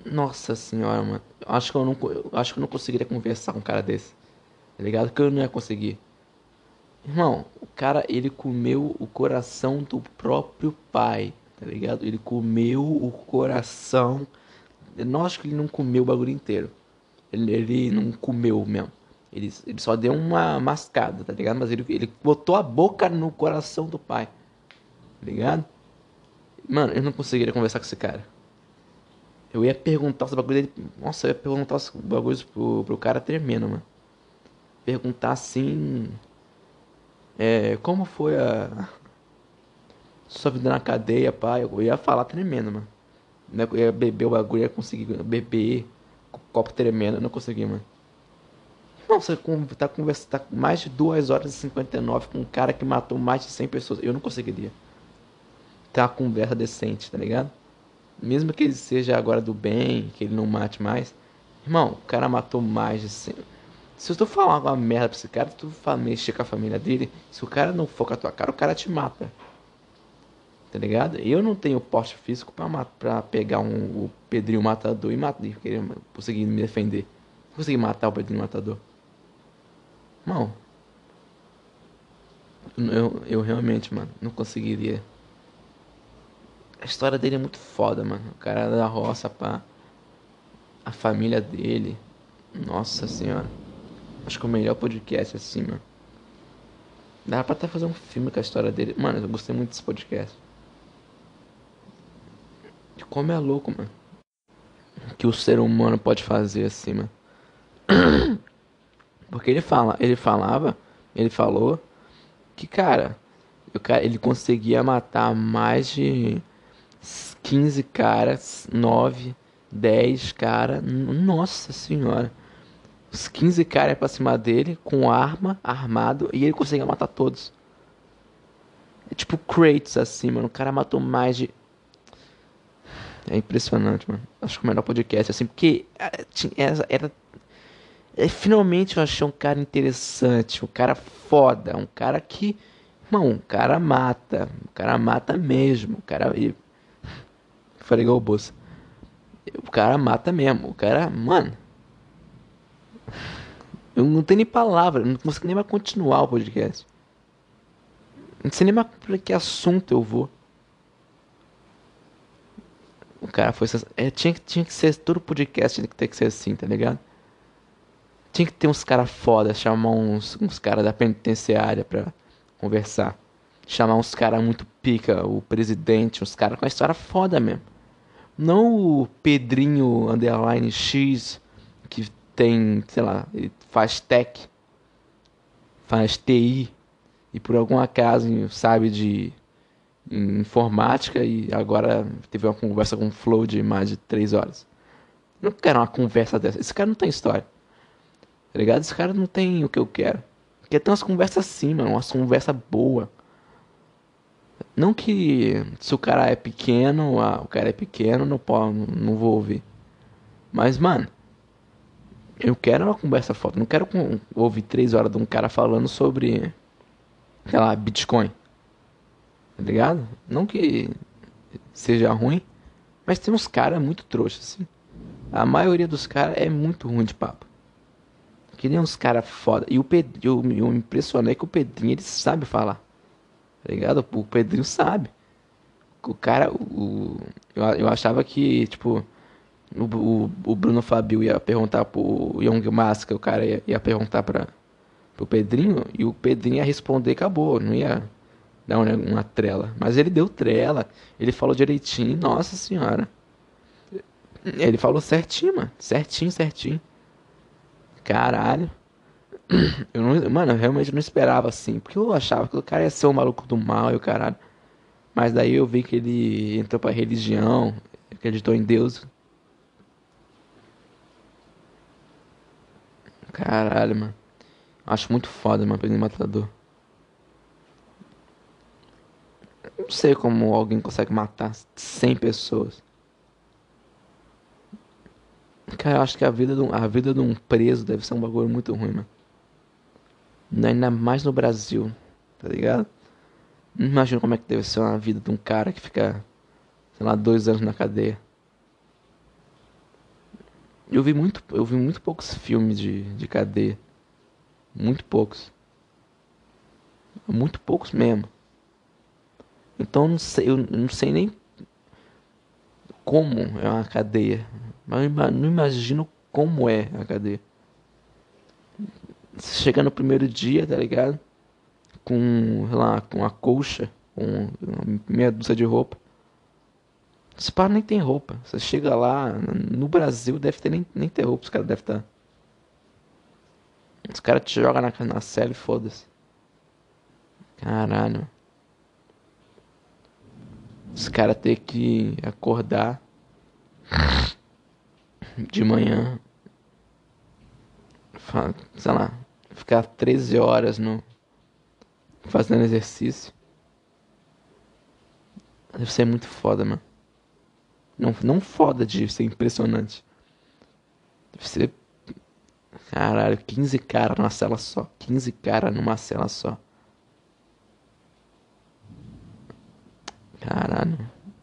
S1: Nossa senhora, mano. Eu Acho que eu não, co- eu acho que eu não conseguiria conversar com um cara desse. Tá ligado? Que eu não ia conseguir. Irmão, o cara, ele comeu o coração do próprio pai, tá ligado? Ele comeu o coração. Não, acho que ele não comeu o bagulho inteiro. Ele, ele não comeu mesmo. Ele, ele só deu uma mascada, tá ligado? Mas ele, ele botou a boca no coração do pai, tá ligado? Mano, eu não conseguiria conversar com esse cara. Eu ia perguntar os bagulhos dele. Nossa, eu ia perguntar os bagulhos pro, pro cara tremendo, mano. Perguntar assim. É, como foi a sua vida na cadeia, pai? Eu ia falar tremendo, mano. Né, eu ia beber o bagulho, ia conseguir beber. Com o copo tremendo, eu não consegui, mano. Não, você con- tá conversando tá com mais de duas horas e cinquenta e nove com um cara que matou mais de cem pessoas. Eu não conseguiria ter uma conversa decente, tá ligado? Mesmo que ele seja agora do bem, que ele não mate mais. Irmão, o cara matou mais de cem. Se eu tô falando uma merda pra esse cara, se tu fa- mexer com a família dele, se o cara não for com a tua cara, o cara te mata. Tá ligado? Eu não tenho porte físico pra, ma- pra pegar um, o Pedrinho Matador e matar, e querer conseguir me defender. Conseguir matar o Pedrinho Matador. Não, eu, eu realmente, mano, não conseguiria. A história dele é muito foda, mano. O cara da roça, pá. A família dele. Nossa senhora. Acho que o melhor podcast assim, mano. Dá pra até fazer um filme com a história dele. Mano, eu gostei muito desse podcast. De como é louco, mano. Que o ser humano pode fazer assim, mano. Porque ele fala, ele falava, ele falou que, cara, o cara, ele conseguia matar mais de quinze caras, nove, dez caras. Nossa senhora. Os quinze caras pra cima dele, com arma, armado, e ele conseguia matar todos. É tipo Kratos assim, mano. O cara matou mais de. É impressionante, mano. Acho que o melhor podcast, assim, porque ah, tinha- era, era- é, finalmente eu achei um cara interessante, um cara foda, um cara que. Mano, o cara mata. O cara mata mesmo. O cara. e- Falei igual o Bolsa. O cara mata mesmo. O cara. Mano, eu não tenho nem palavra. Eu não consigo nem mais continuar o podcast. Não sei nem mais pra que assunto eu vou. O cara foi. sens- É, tinha, que- tinha que ser. Todo podcast tinha que ter que ser assim, tá ligado? Tinha que ter uns caras foda, chamar uns, uns caras da penitenciária pra conversar. Chamar uns caras muito pica, o presidente, uns caras com a história foda mesmo. Não o Pedrinho Underline X, que tem, sei lá, ele faz tech, faz T I, e por algum acaso sabe de informática e agora teve uma conversa com um flow de mais de três horas. Eu não quero uma conversa dessa. Esse cara não tem história. Tá ligado? Esse cara não tem o que eu quero. Quer ter umas conversas assim, mano. Umas conversas boas. Não que se o cara é pequeno, ah, o cara é pequeno, não, pode, não, não vou ouvir. Mas, mano, eu quero uma conversa foda. Não quero com- ouvir três horas de um cara falando sobre, sei lá, Bitcoin. Tá ligado? Não que seja ruim, mas tem uns caras muito trouxas, assim. A maioria dos caras é muito ruim de papo. Que nem uns caras foda. E o Pedrinho, eu, eu me impressionei que o Pedrinho ele sabe falar. Tá ligado? O Pedrinho sabe. O cara, o, eu, eu achava que, tipo, o, o, o Bruno Fabio ia perguntar pro Young Maska, o cara ia, ia perguntar pra, pro Pedrinho, e o Pedrinho ia responder e acabou, não ia dar uma, uma trela. Mas ele deu trela, ele falou direitinho, nossa senhora. Ele falou certinho, mano, certinho, certinho. Caralho. Eu não, mano, eu realmente não esperava assim, porque eu achava que o cara ia ser o maluco do mal e o caralho. Mas daí eu vi que ele entrou pra religião, acreditou em Deus. Caralho, mano. Acho muito foda, mano, Pedro Matador. Não sei como alguém consegue matar cem pessoas. Cara, eu acho que a vida de um, a vida de um preso deve ser um bagulho muito ruim, mano. Ainda mais no Brasil, tá ligado? Não imagino como é que deve ser uma vida de um cara que fica, sei lá, dois anos na cadeia. Eu vi muito, eu vi muito poucos filmes de, de cadeia. Muito poucos. Muito poucos mesmo. Então eu não sei, eu não sei nem como é uma cadeia. Mas eu ima- não imagino como é a cadeia. Você chega no primeiro dia, tá ligado? Com, sei lá, com a colcha, com uma meia dúzia de roupa. Esse pá nem tem roupa. Você chega lá, no Brasil deve ter nem, nem ter roupa, os caras devem estar. Os caras te jogam na, na cela e foda-se. Caralho. Os caras ter que acordar de manhã, fa- sei lá, ficar treze horas no, fazendo exercício. Deve ser muito foda, mano. Não, não foda de ser impressionante. Deve ser, caralho, quinze caras numa cela só. Quinze caras numa cela só. Caralho.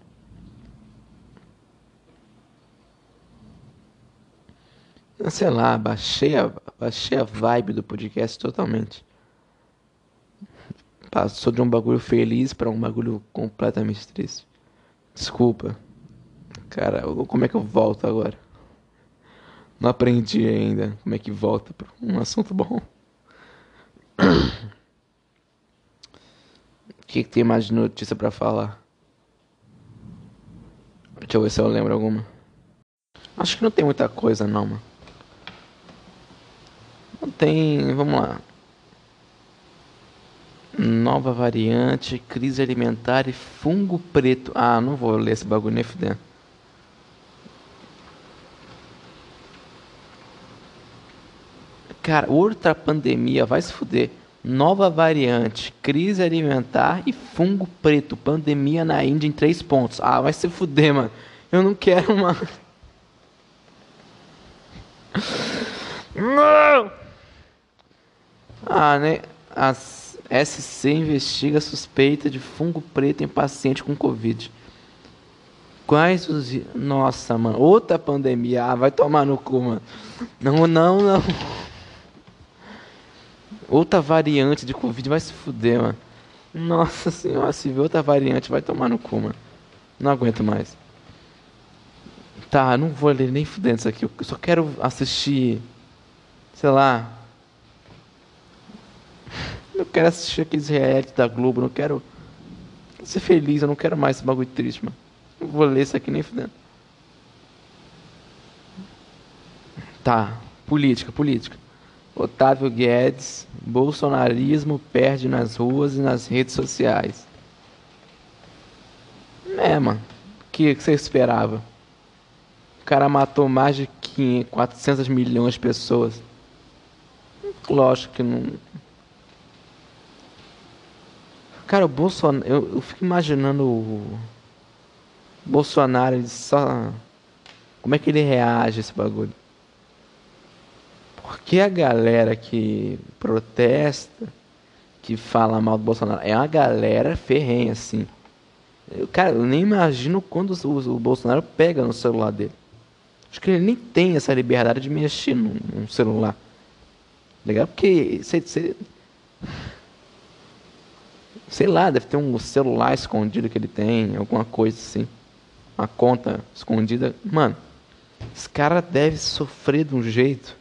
S1: Sei lá, baixei a, baixei a vibe do podcast totalmente. Passou de um bagulho feliz pra um bagulho completamente triste. Desculpa. Cara, eu- como é que eu volto agora? Não aprendi ainda como é que volta pra um assunto bom. O que, que tem mais de notícia pra falar? Deixa eu ver se eu lembro alguma. Acho que não tem muita coisa não, mano. Não tem. Vamos lá. Nova variante, crise alimentar e fungo preto. Ah, não vou ler esse bagulho nem fudendo. Cara, outra pandemia, vai se fuder. Nova variante, crise alimentar e fungo preto. Pandemia na Índia em três pontos. Ah, vai se fuder, mano. Eu não quero uma. Não! Ah, né? A S C investiga suspeita de fungo preto em paciente com Covid. Quais os. Nossa, mano. Outra pandemia. Ah, vai tomar no cu, mano. Não, não, não. Outra variante de Covid vai se fuder, mano. Nossa senhora, se vê outra variante, vai tomar no cu, mano. Não aguento mais. Tá, não vou ler nem fudendo isso aqui. Eu só quero assistir. Sei lá. Eu quero assistir aqueles reality da Globo. Não quero ser feliz. Eu não quero mais esse bagulho triste, mano. Não vou ler isso aqui nem fudendo. Tá, política, política. Otávio Guedes, bolsonarismo perde nas ruas e nas redes sociais. É, mano. O que, que você esperava? O cara matou mais de quinhentos, quatrocentos milhões de pessoas. Lógico que não. Cara, o Bolsonaro. Eu, eu fico imaginando o Bolsonaro, ele só. Como é que ele reage a esse bagulho? Porque a galera que protesta, que fala mal do Bolsonaro, é uma galera ferrenha, assim. Eu, cara, eu nem imagino quando o, o Bolsonaro pega no celular dele. Acho que ele nem tem essa liberdade de mexer num, num celular. Legal? Porque, sei, sei, sei lá, deve ter um celular escondido que ele tem, alguma coisa assim. Uma conta escondida. Mano, esse cara deve sofrer de um jeito.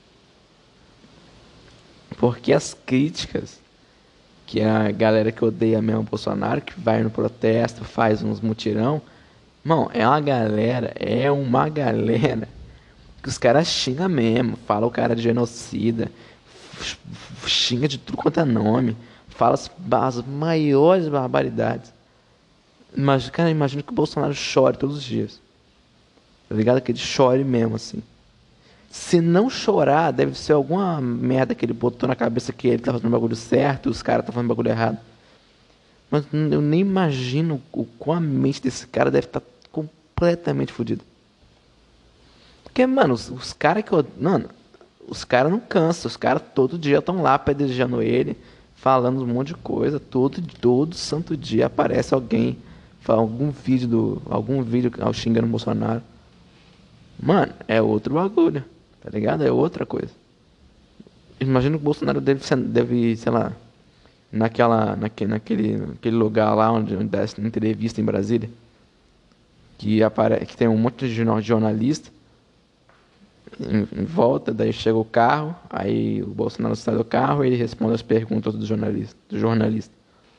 S1: Porque as críticas que a galera que odeia mesmo o Bolsonaro, que vai no protesto, faz uns mutirão. Mano, é uma galera, é uma galera que os caras xingam mesmo, fala o cara de genocida, xinga de tudo quanto é nome, fala as, as maiores barbaridades. Mas, cara, imagina que o Bolsonaro chore todos os dias. Tá ligado? Que ele chore mesmo, assim. Se não chorar, deve ser alguma merda que ele botou na cabeça que ele tá fazendo o bagulho certo e os caras tá fazendo o bagulho errado. Mas eu nem imagino o quão a mente desse cara deve estar completamente fodida. Porque, mano, os, os caras que eu. Mano, os caras não cansam. Os caras todo dia estão lá pedejando ele, falando um monte de coisa. Todo, todo santo dia aparece alguém, fala algum vídeo do. Algum vídeo xingando o Bolsonaro. Mano, é outro bagulho, tá ligado? É outra coisa. Imagina que o Bolsonaro deve, ser- deve sei lá, naquela, naque, naquele, naquele lugar lá onde, onde dá essa entrevista em Brasília, que, apare, que tem um monte de jornal- jornalista em, em volta, daí chega o carro, aí o Bolsonaro sai do carro e ele responde as perguntas do jornalista, do jornalista.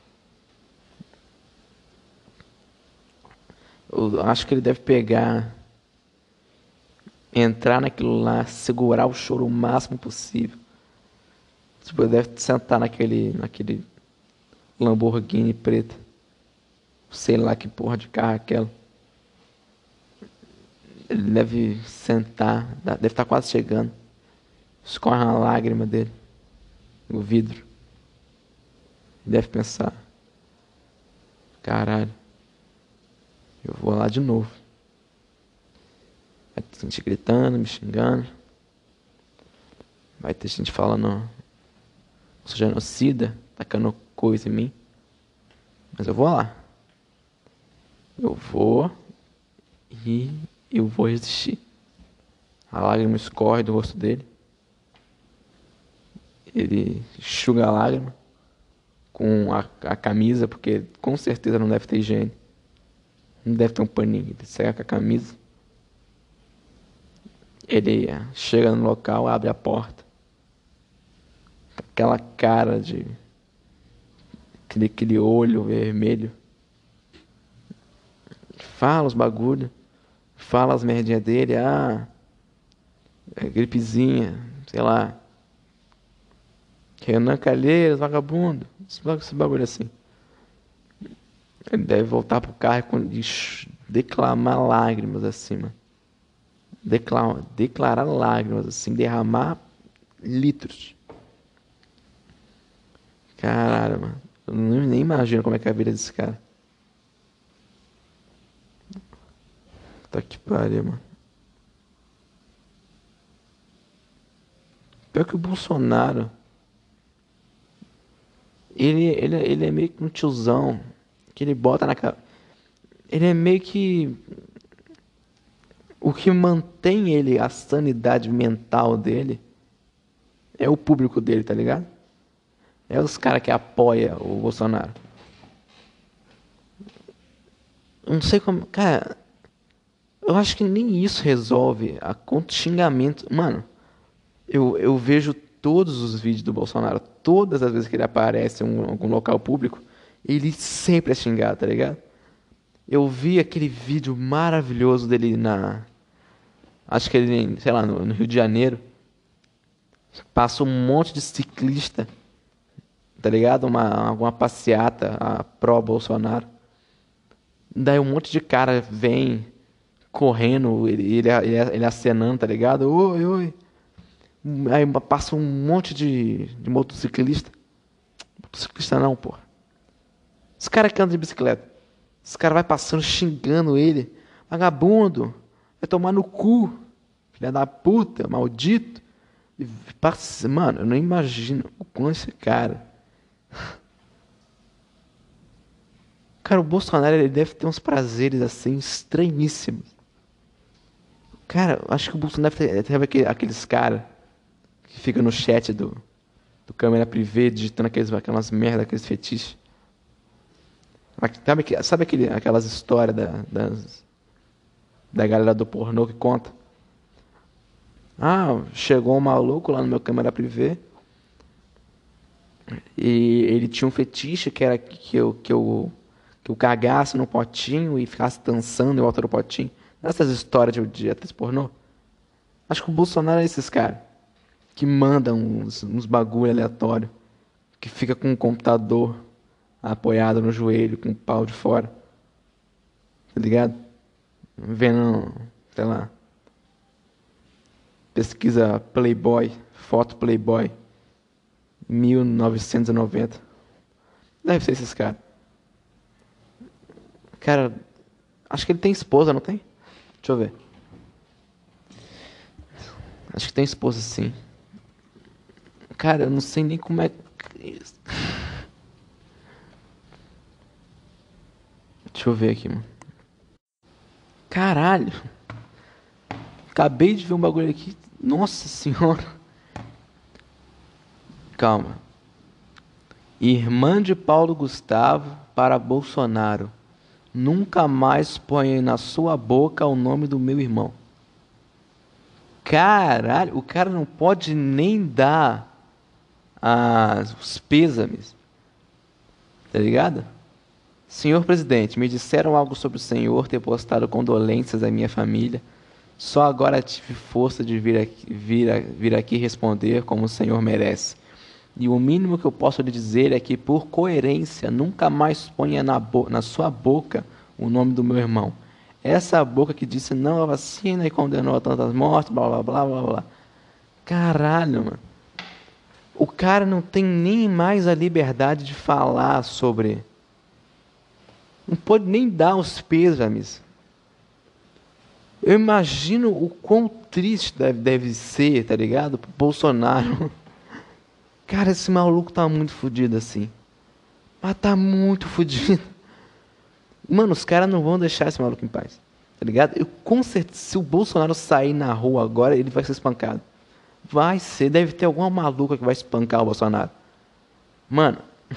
S1: Eu acho que ele deve pegar, entrar naquilo lá, segurar o choro o máximo possível. Tipo, ele deve sentar naquele, naquele Lamborghini preto. Sei lá que porra de carro é aquela. Ele deve sentar, deve estar quase chegando. Escorre uma lágrima dele, no vidro. Deve pensar, caralho, eu vou lá de novo. Vai ter gente gritando, me xingando. Vai ter gente falando, sou genocida, tacando coisa em mim. Mas eu vou lá. Eu vou e eu vou resistir. A lágrima escorre do rosto dele. Ele enxuga a lágrima com a, a camisa, porque com certeza não deve ter higiene. Não deve ter um paninho. Ele seca a camisa. Ele chega no local, abre a porta. Aquela cara de... Aquele, aquele olho vermelho. Fala os bagulho. Fala as merdinhas dele. Ah, é gripezinha. Sei lá. Renan Calheiros, vagabundo. Esse bagulho assim. Ele deve voltar pro carro e declamar lágrimas assim, mano. Declarar, declarar lágrimas assim, derramar litros. Caralho, mano. Eu nem, nem imagino como é que é a vida desse cara. Tá que pariu, mano. Pior que o Bolsonaro, ele, ele, ele é meio que um tiozão que ele bota na cara. Ele é meio que o que mantém ele, a sanidade mental dele, é o público dele, tá ligado? É os caras que apoiam o Bolsonaro. Eu não sei como. Cara, eu acho que nem isso resolve a conta de xingamento. Mano, eu, eu vejo todos os vídeos do Bolsonaro, todas as vezes que ele aparece em algum local público, ele sempre é xingado, tá ligado? Eu vi aquele vídeo maravilhoso dele na. Acho que ele, sei lá, no, no Rio de Janeiro. Passa um monte de ciclista, tá ligado? Uma, uma passeata a pró-Bolsonaro. Daí um monte de cara vem correndo, ele, ele, ele, ele acenando, tá ligado? Oi, oi. Aí passa um monte de, de motociclista. Motociclista não, pô. Os caras que andam de bicicleta. Os caras vai passando xingando ele. Vagabundo. Vai tomar no cu. Filha da puta, maldito. E passa, mano, eu não imagino o quão esse cara. Cara, o Bolsonaro ele deve ter uns prazeres assim estranhíssimos. Cara, eu acho que o Bolsonaro deve ter, deve ter aqueles caras que ficam no chat do, do câmera privê digitando aqueles, aquelas merda, aqueles fetiches. Sabe, que- sabe aquele, aquelas histórias da, das, da galera do pornô que conta? Ah, chegou um maluco lá no meu câmera privê e ele tinha um fetiche que era que eu, que eu, que eu cagasse no potinho e ficasse dançando em volta do potinho. Essas histórias de, de atriz pornô. Acho que o Bolsonaro é esses caras que mandam uns, uns bagulho aleatório, que fica com um computador apoiado no joelho, com o pau de fora, tá ligado? Vendo, sei lá, pesquisa Playboy, foto Playboy, mil novecentos e noventa. Deve ser esses caras. Cara, acho que ele tem esposa, não tem? Deixa eu ver. Acho que tem esposa sim. Cara, eu não sei nem como é. Deixa eu ver aqui, mano. Caralho. acabei de ver um bagulho aqui. Nossa senhora. Calma. Irmã de Paulo Gustavo para Bolsonaro. Nunca mais ponha na sua boca o nome do meu irmão. Caralho, o cara não pode nem dar as, os pêsames. Tá ligado? Senhor presidente, me disseram algo sobre o senhor ter postado condolências à minha família. Só agora tive força de vir aqui, vir, a- vir aqui responder como o senhor merece. E o mínimo que eu posso lhe dizer é que, por coerência, nunca mais ponha na, bo- na sua boca o nome do meu irmão. Essa boca que disse não à vacina e condenou a tantas mortes, blá blá blá blá blá. Caralho, mano. O cara não tem nem mais a liberdade de falar sobre. Não pode nem dar os pêsames. Eu imagino o quão triste deve, deve ser, tá ligado? Pro Bolsonaro. Cara, esse maluco tá muito fudido assim. Mas tá muito fudido. Mano, os caras não vão deixar esse maluco em paz. Tá ligado? Eu, com certeza, se o Bolsonaro sair na rua agora, ele vai ser espancado. Vai ser, deve ter alguma maluca que vai espancar o Bolsonaro. Mano,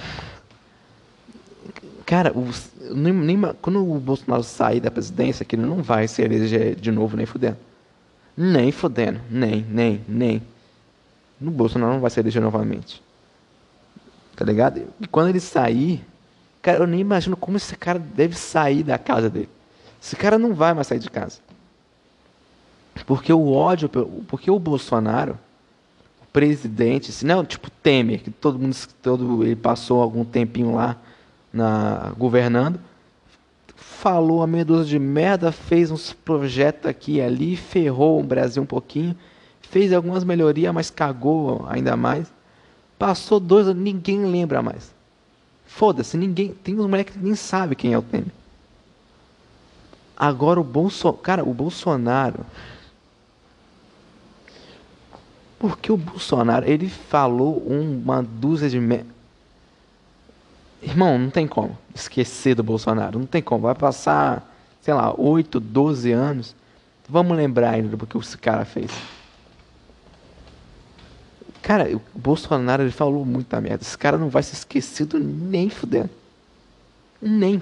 S1: cara, os- nem, nem, quando o Bolsonaro sair da presidência, que ele não vai se eleger de novo, nem fudendo. Nem fudendo, nem, nem, nem. O Bolsonaro não vai se eleger novamente. Tá ligado? E quando ele sair, cara, eu nem imagino como esse cara deve sair da casa dele. Esse cara não vai mais sair de casa. Porque o ódio, pelo- porque o Bolsonaro, o presidente, se não, tipo Temer, que todo mundo, todo, ele passou algum tempinho lá na, governando, falou a meia dúzia de merda, fez uns projetos aqui e ali, ferrou o Brasil um pouquinho, fez algumas melhorias, mas cagou ainda mais. Passou dois anos, ninguém lembra mais. Foda-se, ninguém. Tem uns moleques que nem sabe quem é o Temer. Agora o Bolsonaro. Cara, o Bolsonaro. Porque o Bolsonaro, ele falou uma dúzia de. Me... Irmão, não tem como esquecer do Bolsonaro. Não tem como. Vai passar, sei lá, oito, doze anos. Vamos lembrar ainda do que esse cara fez. Cara, o Bolsonaro, ele falou muita merda. Esse cara não vai ser esquecido nem fudendo. Nem.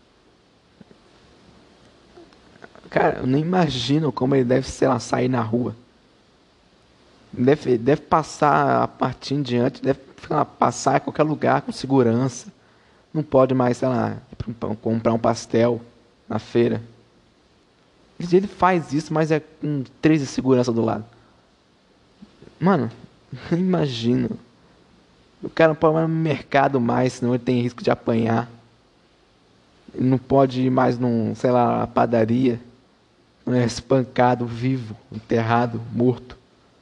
S1: Cara, eu nem imagino como ele deve, sei lá, sair na rua. Deve, deve passar a partir em diante, deve sei lá, passar em qualquer lugar com segurança. Não pode mais, sei lá, ir pra um pão- comprar um pastel na feira. Ele ele faz isso, mas é com três de segurança do lado. Mano, nem imagino. O cara não pode ir no mercado mais, senão ele tem risco de apanhar. Ele não pode ir mais num, sei lá, padaria. Não é espancado, vivo, enterrado, morto.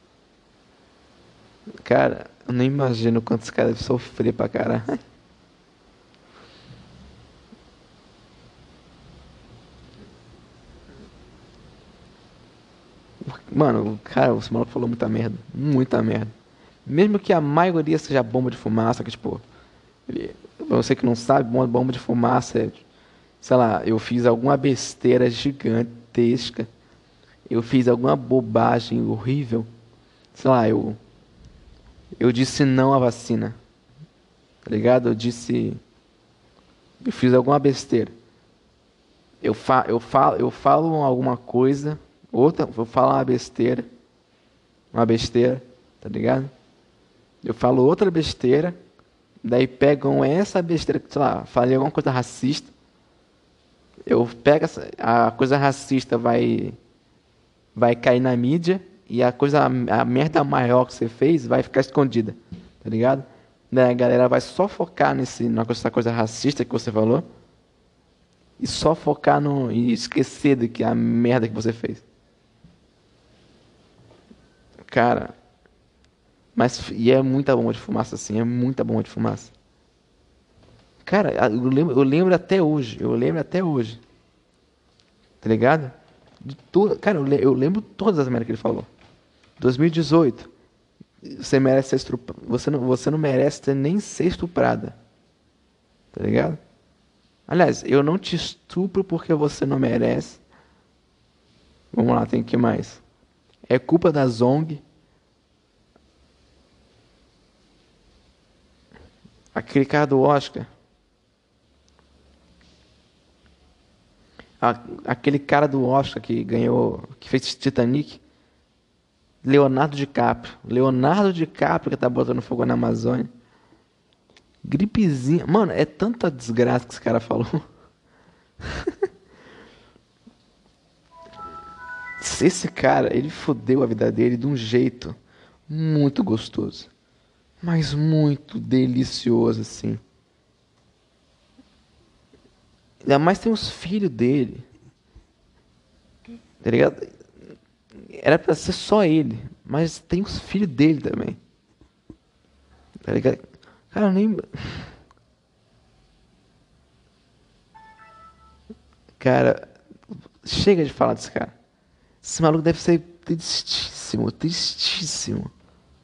S1: Cara, eu nem imagino quanto esse cara deve sofrer pra caralho. Mano, o cara, esse maluco falou muita merda. Muita merda. Mesmo que a maioria seja bomba de fumaça, que tipo, ele, pra você que não sabe, bomba bomba de fumaça é, sei lá, eu fiz alguma besteira gigantesca. Eu fiz alguma bobagem horrível. Sei lá, eu, eu disse não à vacina. Tá ligado? Eu disse. Eu fiz alguma besteira. Eu, fa, eu, falo, eu falo alguma coisa, outra, eu falo uma besteira, uma besteira, tá ligado? Eu falo outra besteira, daí pegam essa besteira, sei lá, falei alguma coisa racista, eu pego essa, a coisa racista vai, vai cair na mídia e a coisa, a merda maior que você fez vai ficar escondida, tá ligado? Daí a galera vai só focar nesse, nessa coisa racista que você falou e só focar no e esquecer de que a merda que você fez. Cara, mas e é muita bomba de fumaça assim, é muita bomba de fumaça. Cara, eu lembro, eu lembro até hoje, eu lembro até hoje, tá ligado? De to... Cara, eu, le- eu lembro todas as merdas que ele falou. dois mil e dezoito, você merece ser estuprada, você não, você não merece ter nem ser estuprada, tá ligado? Aliás, eu não te estupro porque você não merece. Vamos lá, tem que mais. É culpa da Zong. Aquele cara do Oscar. A- aquele cara do Oscar que ganhou, que fez Titanic. Leonardo DiCaprio. Leonardo DiCaprio que tá botando fogo na Amazônia. Gripezinha. Mano, é tanta desgraça que esse cara falou. Esse cara, ele fodeu a vida dele de um jeito muito gostoso. Mas muito delicioso, assim. Ainda mais tem os filhos dele. Tá ligado? Era pra ser só ele. Mas tem os filhos dele também. Tá ligado? Cara, eu nem. Cara, chega de falar desse cara. Esse maluco deve ser tristíssimo, tristíssimo.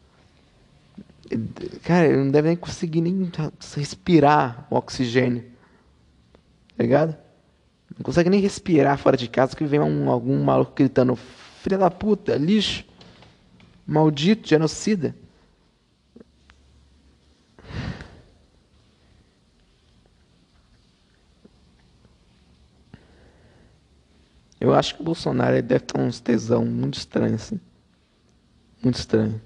S1: Cara, ele não deve nem conseguir nem respirar o oxigênio. Tá ligado? Não consegue nem respirar fora de casa que vem um, algum maluco gritando: Filha da puta, lixo, maldito, genocida. Eu acho que o Bolsonaro ele deve ter uns tesão muito estranho, assim. Muito estranho.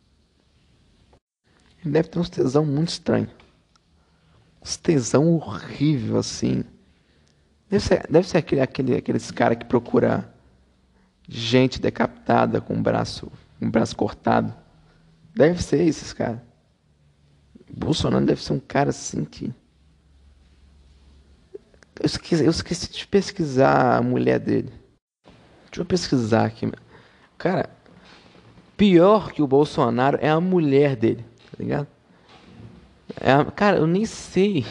S1: Ele deve ter uns tesão muito estranho. Uns tesão horrível, assim. Deve ser, deve ser aquele, aquele, aqueles cara que procura gente decapitada com o braço, com o braço cortado. Deve ser esses caras. Bolsonaro deve ser um cara assim que. Eu esqueci, eu esqueci de pesquisar a mulher dele. Deixa eu pesquisar aqui. Cara, pior que o Bolsonaro é a mulher dele, tá ligado? É a- cara, eu nem sei.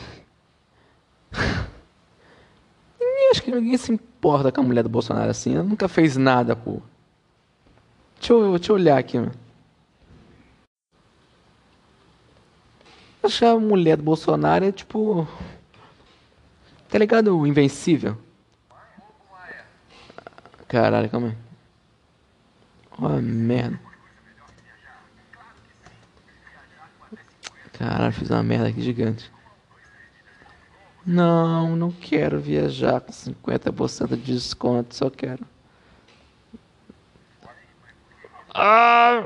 S1: Eu acho que ninguém se importa com a mulher do Bolsonaro assim. Ela nunca fez nada, pô. Deixa eu, deixa eu olhar aqui, mano. Acho que a mulher do Bolsonaro é tipo. Tá ligado? O Invencível? Caralho, calma aí. Ó, merda. Caralho, fiz uma merda aqui gigante. Não, não quero viajar com cinquenta por cento de desconto, só quero. Ah!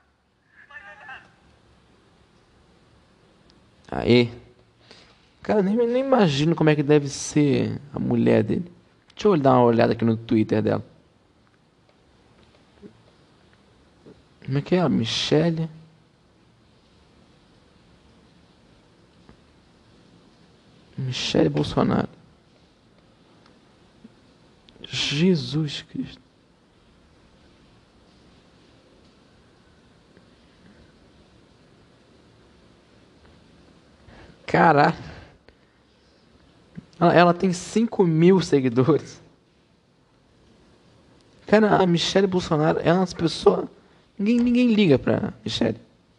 S1: Aí. Cara, nem, nem imagino como é que deve ser a mulher dele. Deixa eu dar uma olhada aqui no Twitter dela. Como é que é? A Michelle. Michelle Bolsonaro. Jesus Cristo. Caraca. Ela, ela tem cinco mil seguidores. Cara, a Michelle Bolsonaro é umas pessoas. Ninguém, ninguém liga pra Michelle.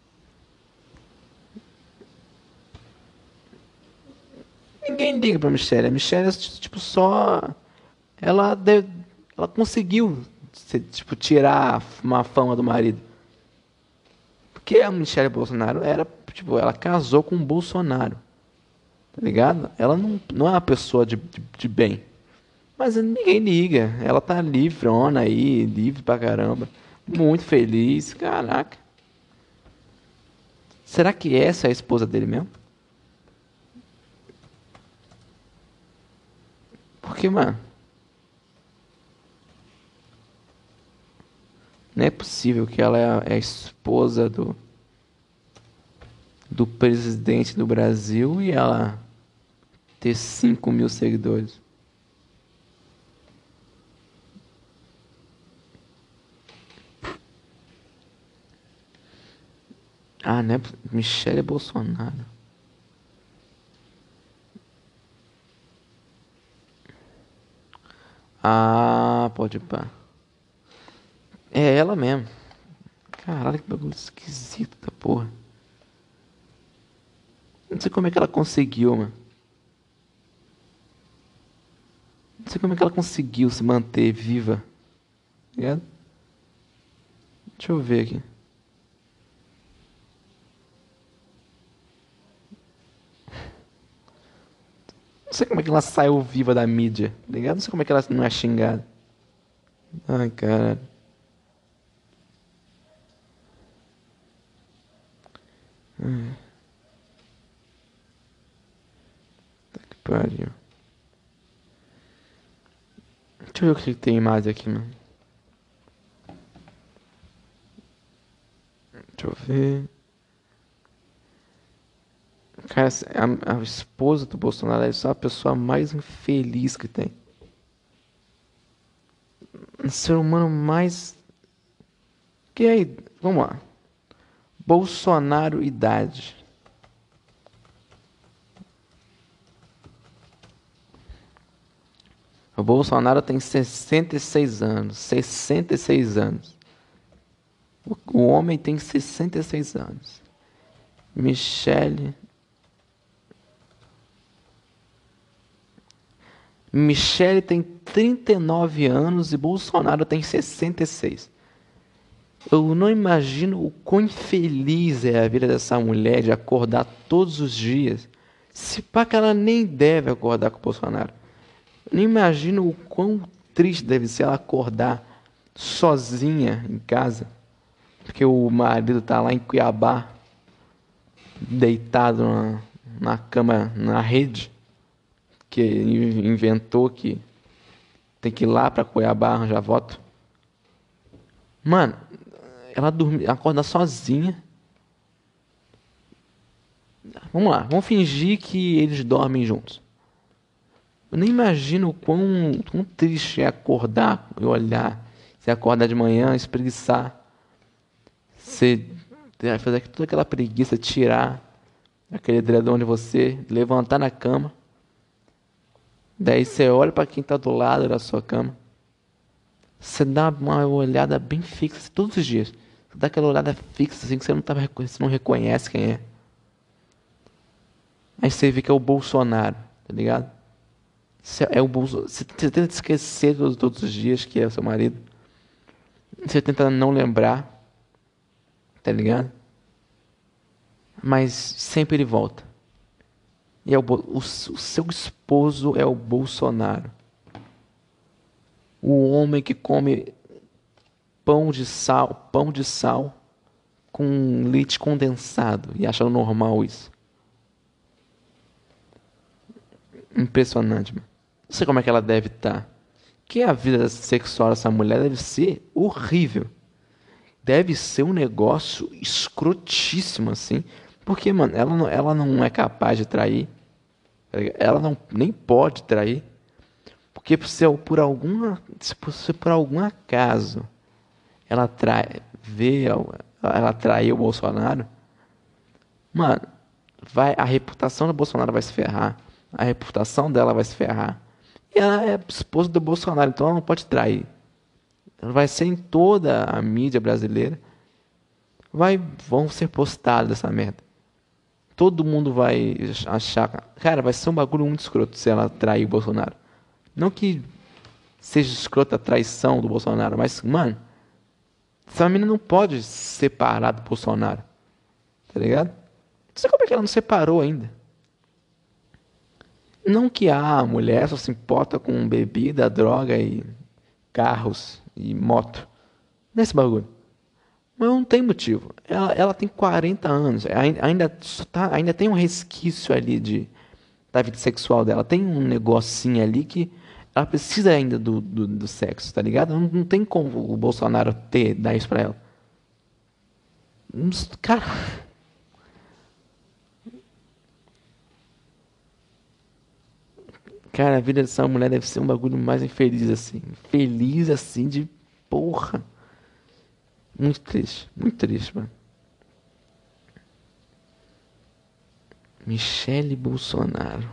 S1: Ninguém liga pra Michelle. A Michelle é tipo só. Ela, deve, ela conseguiu se- tipo, tirar uma fama do marido. Porque a Michelle Bolsonaro era. Tipo, ela casou com o Bolsonaro. Tá ligado? Ela não, não é uma pessoa de, de, de bem. Mas ninguém liga. Ela tá livrona aí, livre pra caramba. Muito feliz. Caraca. Será que essa é a esposa dele mesmo? Porque, mano, não é possível que ela é a, é a esposa do, do presidente do Brasil e ela ter cinco mil seguidores. Ah, né? Michele Bolsonaro. Ah, pode pá. É ela mesmo. Caralho, que bagulho esquisito da porra. Não sei como é que ela conseguiu, mano. Não sei como é que ela conseguiu se manter viva. Tá ligado? Deixa eu ver aqui. Não sei como é que ela saiu viva da mídia, tá ligado? Não sei como é que ela não é xingada. Ai, cara. Que pariu. Deixa eu ver o que tem mais aqui, mano. Deixa eu ver. Cara, a, a esposa do Bolsonaro é só a pessoa mais infeliz que tem. Um ser humano mais. Que aí, vamos lá. Bolsonaro idade. O Bolsonaro tem sessenta e seis anos. sessenta e seis anos. O, o homem tem sessenta e seis anos. Michele. Michele tem trinta e nove anos e Bolsonaro tem sessenta e seis. Eu não imagino o quão infeliz é a vida dessa mulher de acordar todos os dias. Se pá que ela nem deve acordar com o Bolsonaro. Eu não imagino o quão triste deve ser ela acordar sozinha em casa. Porque o marido tá lá em Cuiabá, deitado na, na cama, na rede, que inventou que tem que ir lá pra Cuiabá arranjar voto. Mano, ela dorme, acorda sozinha. Vamos lá, vamos fingir que eles dormem juntos. Eu nem imagino o quão, quão triste é acordar e olhar. Você acordar de manhã, espreguiçar. Você fazer toda aquela preguiça, tirar aquele edredom de você, levantar na cama. Daí você olha para quem está do lado da sua cama. Você dá uma olhada bem fixa todos os dias. Você dá aquela olhada fixa assim que você não, tá, você não reconhece quem é. Aí você vê que é o Bolsonaro, tá ligado? Você, é o Bolso... você tenta esquecer todos, todos os dias que é o seu marido. Você tenta não lembrar, tá ligado? Mas sempre ele volta. E é o, o, o seu esposo é o Bolsonaro. O homem que come pão de sal, pão de sal com leite condensado e acha normal isso. Impressionante, mano. Não sei como é que ela deve estar. Que a vida sexual dessa mulher deve ser horrível. Deve ser um negócio escrotíssimo, assim. Porque, mano, ela não, ela não é capaz de trair. Ela não, nem pode trair. Porque se por alguma, se por, se por algum acaso ela trai, vê, ela traiu o Bolsonaro, mano, vai, a reputação do Bolsonaro vai se ferrar. A reputação dela vai se ferrar. E ela é esposa do Bolsonaro, então ela não pode trair. Ela vai ser em toda a mídia brasileira. Vai, vão ser postados essa merda. Todo mundo vai achar. Cara, vai ser um bagulho muito escroto se ela trair o Bolsonaro. Não que seja escrota a traição do Bolsonaro, mas, mano, essa menina não pode se separar do Bolsonaro. Tá ligado? Não sei como é que ela não separou ainda. Não que ah, a mulher só se importa com bebida, droga e carros e moto. Nesse bagulho. Mas não tem motivo. Ela, ela tem quarenta anos. Ainda, ainda, tá, ainda tem um resquício ali de, da vida sexual dela. Tem um negocinho ali que ela precisa ainda do, do, do sexo, tá ligado? Não, não tem como o Bolsonaro ter, dar isso pra ela. Cara. Cara, a vida dessa mulher deve ser um bagulho mais infeliz assim. Feliz assim de porra. Muito triste, muito triste, mano. Michele Bolsonaro.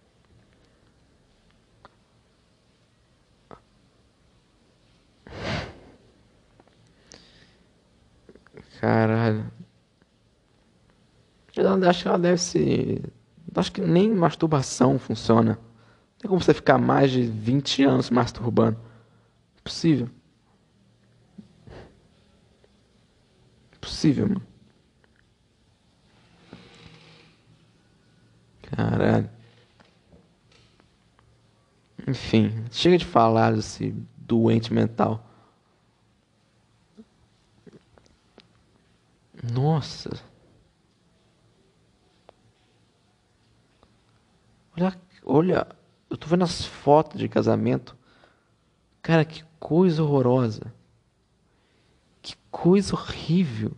S1: Caralho. Eu acho que ela deve ser. Acho que nem masturbação funciona. Não tem como você ficar mais de vinte anos se masturbando. Impossível. possível, mano. Caralho. Enfim, chega de falar desse doente mental. Nossa, olha, olha, eu tô vendo as fotos de casamento. Cara, que coisa horrorosa. Que coisa horrível.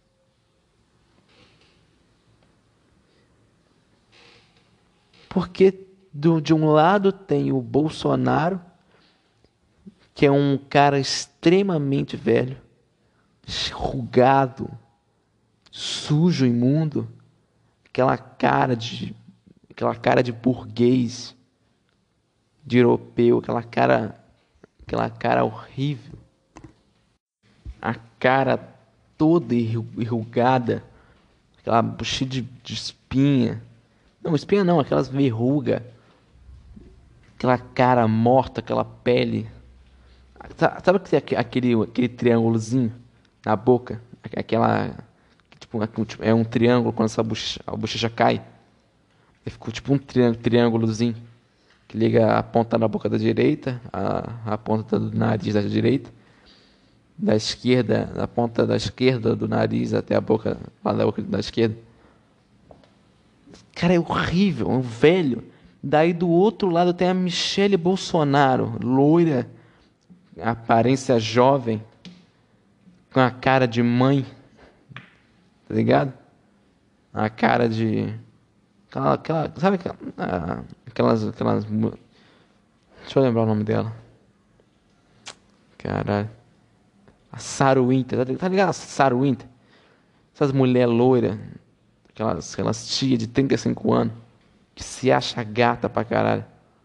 S1: Porque do, de um lado tem o Bolsonaro, que é um cara extremamente velho, rugado, sujo, imundo, aquela cara de aquela cara de burguês, de europeu, aquela cara, aquela cara horrível, a cara toda enrugada, aquela cheia de, de espinha. Não, espinha não, aquelas verrugas, aquela cara morta, aquela pele. Sa- Sabe que tem aque- aquele, aquele triângulozinho na boca? Aqu- Aquela. Tipo, é um triângulo quando essa bochecha, a bochecha cai. Aí ficou tipo um triângulo, triângulozinho que liga a ponta da boca da direita, a, a ponta do nariz da direita, da esquerda, da ponta da esquerda do nariz até a boca lá da boca da esquerda. Cara, é horrível, é um velho. Daí do outro lado tem a Michele Bolsonaro, loira, aparência jovem, com a cara de mãe, tá ligado? A cara de. Aquela, aquela, sabe aquela, ah, aquelas, aquelas. mu- Deixa eu lembrar o nome dela. Caralho. A Sarah Winter, tá ligado? Tá ligado? A Sarah Winter. Essas mulheres loiras, aquelas, aquelas tia de trinta e cinco anos, que se acha gata pra caralho,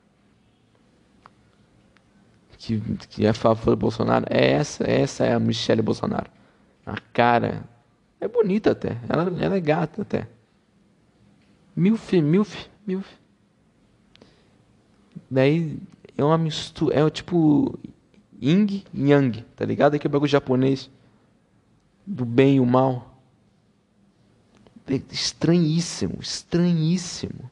S1: que, que é a favor do Bolsonaro. É essa, essa é a Michelle Bolsonaro. A cara é bonita até. Ela, ela é gata até. Milf, milf, milf. Daí é uma mistura, é tipo Yin e Yang, tá ligado? Aquele bagulho japonês do bem e o mal. É estranhíssimo, estranhíssimo.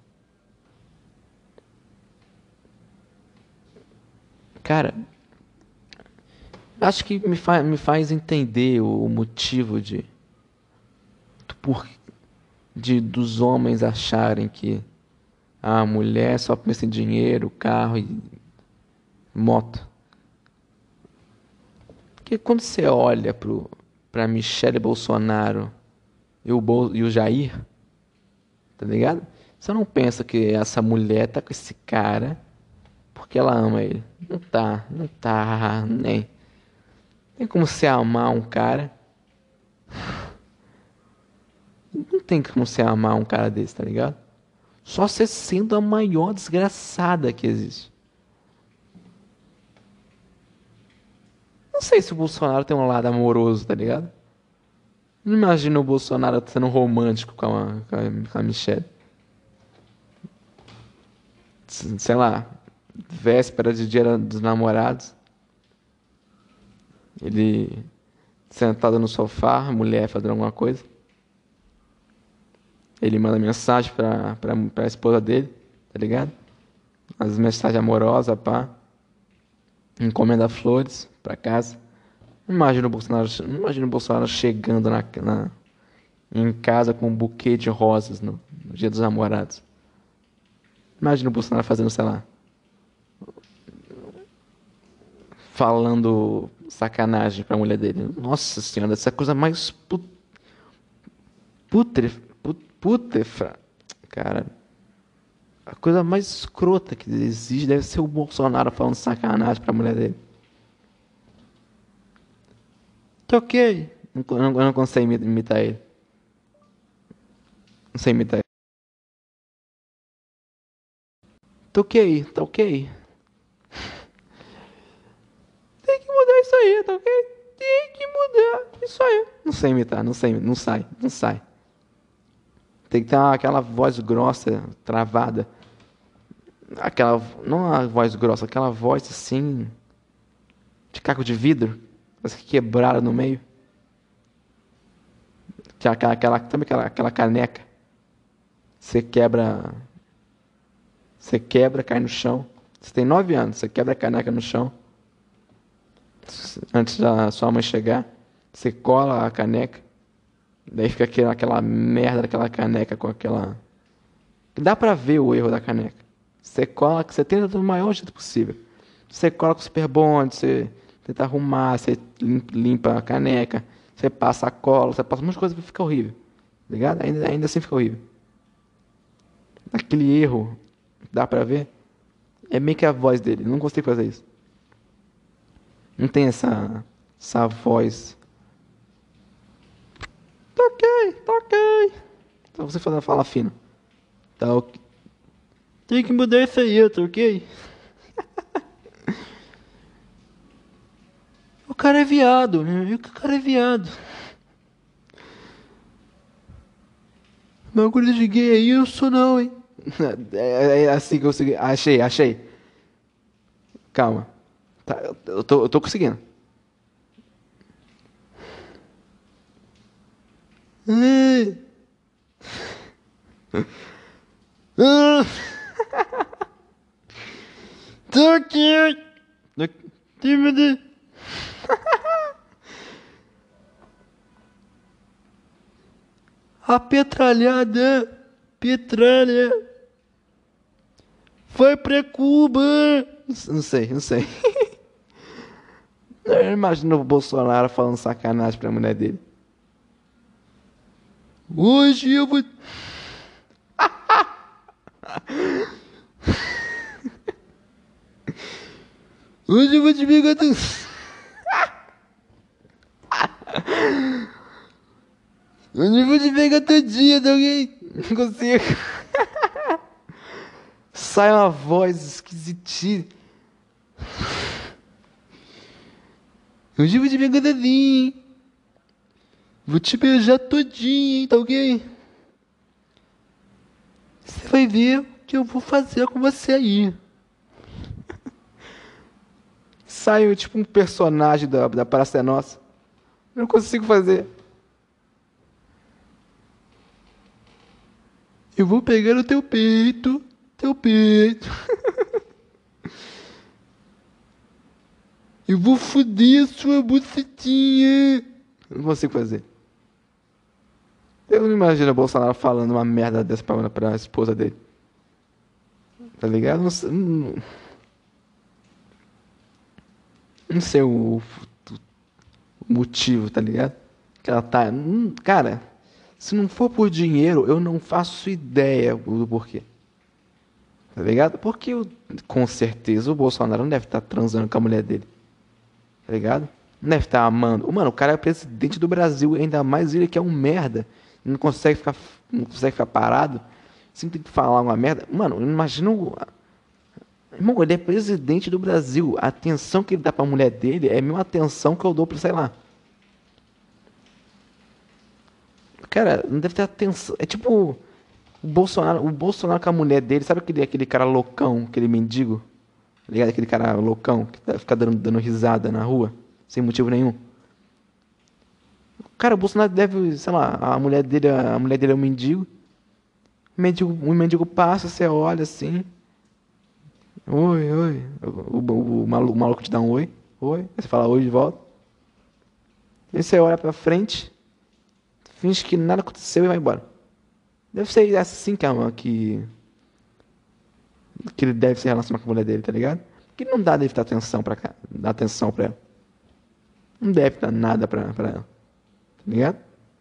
S1: Cara, acho que me, fa me faz entender o motivo de, do por, de dos homens acharem que a mulher só pensa em dinheiro, carro e moto. Porque quando você olha pro, pra Michele Bolsonaro e o, Bol e o Jair, tá ligado? Você não pensa que essa mulher tá com esse cara porque ela ama ele. Não tá, não tá, nem. Tem como você amar um cara. Não tem como você amar um cara desse, tá ligado? Só você sendo a maior desgraçada que existe. Não sei se o Bolsonaro tem um lado amoroso, tá ligado? Não imagino o Bolsonaro sendo romântico com a, com a, com a Michelle. S- Sei lá, véspera de dia dos namorados. Ele sentado no sofá, a mulher fazendo alguma coisa. Ele manda mensagem pra, pra, pra esposa dele, tá ligado? As mensagens amorosas, pá. Encomenda flores pra casa. Imagina o Bolsonaro, imagina o Bolsonaro chegando na, na- em casa com um buquê de rosas no, no Dia dos Namorados. Imagina o Bolsonaro fazendo, sei lá, falando sacanagem pra mulher dele. Nossa senhora, essa é a coisa mais pu- putre, put- putrefra. Cara, a coisa mais escrota que existe deve ser o Bolsonaro falando sacanagem pra mulher dele. Tá ok. Não, eu não, eu não consigo imi- imitar ele. Não sei imitar ele. Tá ok, tá ok. Tem que mudar isso aí, tá ok? Tem que mudar isso aí. Não sei imitar, não sei, não sai, não sai. Tem que ter uma- aquela voz grossa, travada. Aquela, não a voz grossa, aquela voz assim, de caco de vidro, quase que quebrada no meio. Que é aquela, aquela, sabe aquela, aquela caneca? Você quebra. Você quebra, cai no chão. Você tem nove anos, você quebra a caneca no chão. Antes da sua mãe chegar. Você cola a caneca. Daí fica aquela, aquela merda daquela caneca com aquela. Dá pra ver o erro da caneca. Você cola, você tenta do maior jeito possível. Você cola com super bond, você tenta arrumar, você lim- limpa a caneca, você passa a cola, você passa um monte de coisa e fica horrível. Tá ligado? Ainda, ainda assim fica horrível. Aquele erro, dá pra ver? É meio que a voz dele. Não gostei de fazer isso. Não tem essa, essa voz. Tá ok, tá ok. Então você fala, fala fino. Tá ok. Tem que mudar isso aí, tá ok? O cara é viado, né? O cara é viado. Bagulho de gay aí eu sou não, hein? É, é- é assim que eu consegui. Achei, achei. Calma. Tá, eu, eu tô, eu tô conseguindo. Ai. Ah, tô aqui. Tímido. A petralhada. Petralha. Vai pra Cuba. Não sei, não sei. Eu imagino o Bolsonaro falando sacanagem pra mulher dele. Hoje eu vou. Hoje eu vou te pegar. Tu... Hoje eu vou te pegar todinha, tá ok? Não consigo. Sai uma voz esquisitinha. Hoje eu vou te pegar todinha, hein? Vou te beijar todinha, hein, tá ok? Você vai ver o que eu vou fazer com você aí. Saio tipo um personagem da, da Praça é Nossa. Eu não consigo fazer. Eu vou pegar no teu peito. Teu peito. Eu vou foder a sua bucetinha. Eu não consigo fazer. Eu não imagino o Bolsonaro falando uma merda dessa pra, pra esposa dele. Tá ligado? Não, sei- não, não sei o, o motivo, tá ligado? Que ela tá. hum, Cara, se não for por dinheiro, eu não faço ideia do porquê. Tá ligado? Porque eu- com certeza o Bolsonaro não deve estar transando com a mulher dele. Tá ligado? Não deve estar amando. Mano, o cara é presidente do Brasil, ainda mais ele que é um merda. Não consegue ficar, não consegue ficar parado. Sempre tem que falar uma merda. Mano, imagina o. Irmão, ele é presidente do Brasil. A atenção que ele dá pra mulher dele é a mesma atenção que eu dou pra, sei lá. Cara, não deve ter atenção. É tipo o Bolsonaro, o Bolsonaro com a mulher dele, sabe aquele, aquele cara loucão, aquele mendigo? Tá ligado? Aquele cara loucão que tá- fica dando, dando risada na rua, sem motivo nenhum. Cara, o Bolsonaro deve, sei lá, a mulher dele, a mulher dele é um mendigo. O mendigo, o mendigo passa, você olha assim. Oi, oi. O, o, o maluco, o maluco te dá um oi. Oi. Aí você fala oi de volta. Aí você olha pra frente, finge que nada aconteceu e vai embora. Deve ser assim que, a- que, que ele deve se relacionar com a mulher dele, tá ligado? Porque não dá deve dar atenção pra cá, dar atenção pra ela. Não deve dar nada pra, pra ela, tá ligado?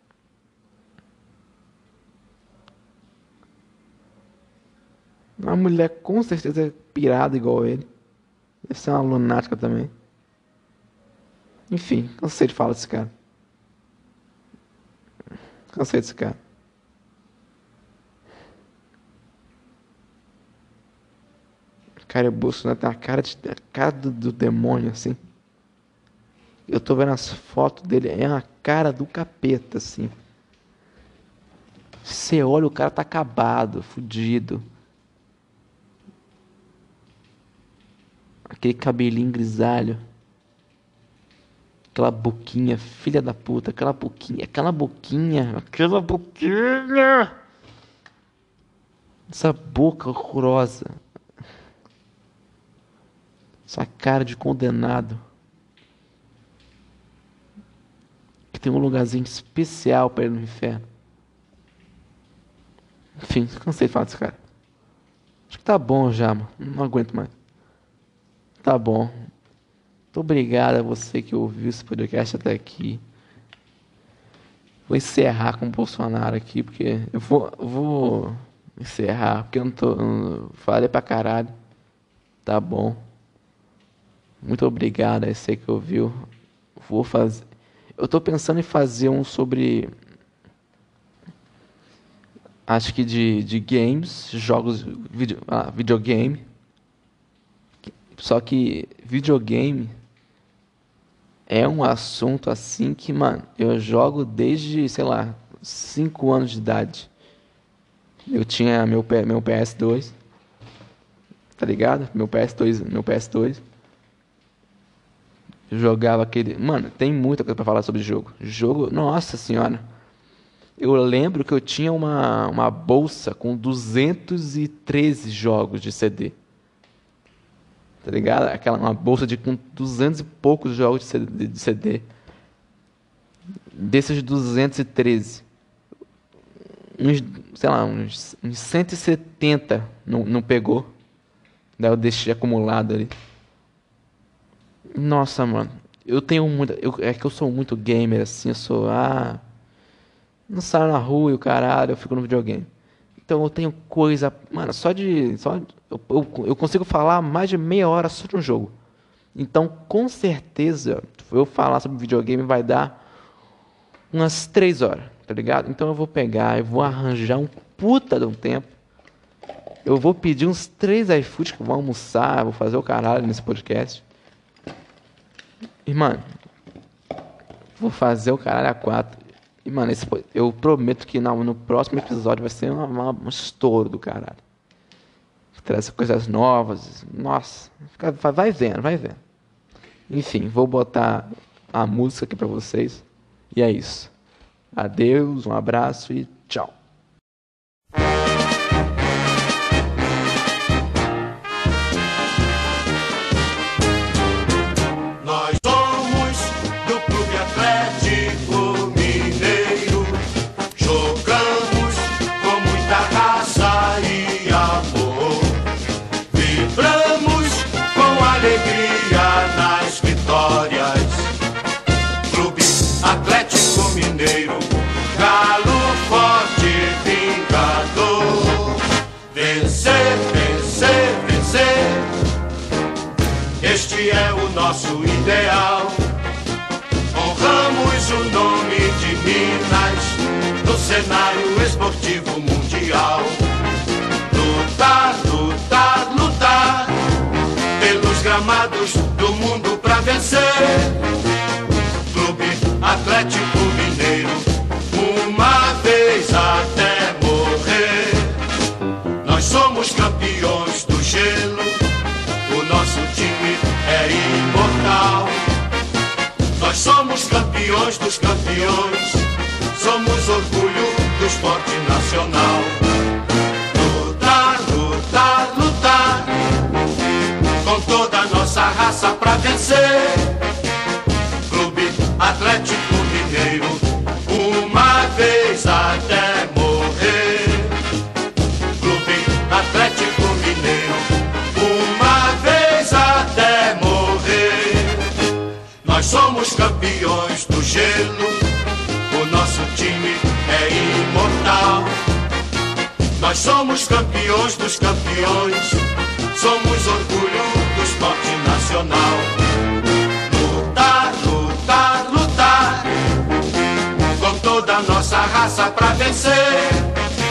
S1: Uma mulher com certeza é pirada igual ele. Deve ser uma lunática também. Enfim, cansei de falar desse cara. Cansei desse cara. Cara, o Bolsonaro tem a cara, de, a cara do, do demônio, assim. Eu tô vendo as fotos dele, é uma cara do capeta, assim. Você olha, o cara tá acabado, fudido. Aquele cabelinho grisalho. aquela boquinha, filha da puta, aquela boquinha, aquela boquinha, aquela boquinha. Essa boca horrorosa. Essa cara de condenado. Que tem um lugarzinho especial pra ir no inferno. Enfim, cansei de falar desse cara. Acho que tá bom já, mano. Não aguento mais. Tá bom. Muito obrigado a você que ouviu esse podcast até aqui. Vou encerrar com o Bolsonaro aqui, porque eu vou, eu vou encerrar, porque eu não tô. Eu não, falei pra caralho. Tá bom. Muito obrigado a você que ouviu. Vou fazer. Eu tô pensando em fazer um sobre. Acho que de, de games, jogos, video, ah, videogame. Só que videogame é um assunto assim que, mano, eu jogo desde, sei lá, cinco anos de idade. Eu tinha meu, meu P S dois, tá ligado? Meu P S dois, meu P S dois. Eu jogava aquele... Mano, tem muita coisa pra falar sobre jogo. Jogo, nossa senhora. Eu lembro que eu tinha uma, uma bolsa com duzentos e treze jogos de C D. Tá ligado? Aquela, uma bolsa de, com duzentos e poucos jogos de C D. De C D. Desses duzentos e treze. Uns, sei lá, uns, uns cento e setenta não, não pegou. Daí eu deixei acumulado ali. Nossa, mano. Eu tenho muita... Eu, é que eu sou muito gamer, assim. Eu sou... Ah... Não saio na rua e o caralho, eu fico no videogame. Então eu tenho coisa... Mano, só de... Só, eu, eu, eu consigo falar mais de meia hora sobre um jogo. Então, com certeza, eu falar sobre videogame vai dar umas três horas, tá ligado? Então eu vou pegar, eu vou arranjar um puta de um tempo. Eu vou pedir uns três iFood que eu vou almoçar, vou fazer o caralho nesse podcast. E, mano, vou fazer o caralho a quatro. E, mano, esse, eu prometo que não, no próximo episódio vai ser uma, uma, um estouro do caralho. Trazer coisas novas. Nossa, fica, vai vendo, vai vendo. Enfim, vou botar a música aqui pra vocês. E é isso. Adeus, um abraço e tchau.
S2: Nós somos do Clube Atlético Mineiro. Jogamos com muita raça e amor. Vibramos com alegria nas vitórias. Clube Atlético Mineiro, galo forte, vingador. Vencer, vencer, vencer. Este é o nosso ideal. Honramos o nome de Minas no cenário esportivo mundial. Lutar, lutar, lutar pelos gramados do mundo pra vencer. Clube Atlético Mineiro, uma vez até morrer. Nós somos campeões do gelo. O nosso time é imortal. Nós somos campeões dos campeões. Somos orgulho do esporte nacional. Lutar, lutar, lutar com toda a nossa raça pra vencer. Clube Atlético Mineiro, uma vez até morrer. Clube Atlético Mineiro, uma vez até morrer. Nós somos campeões do gelo. O nosso time é imortal. Nós somos campeões dos campeões. Somos orgulho do esporte nacional. Lutar, lutar, lutar com toda a nossa raça pra vencer.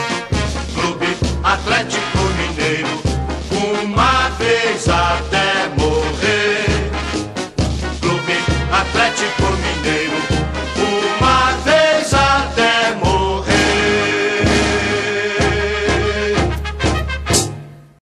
S2: Clube Atlético Mineiro, uma vez até morrer.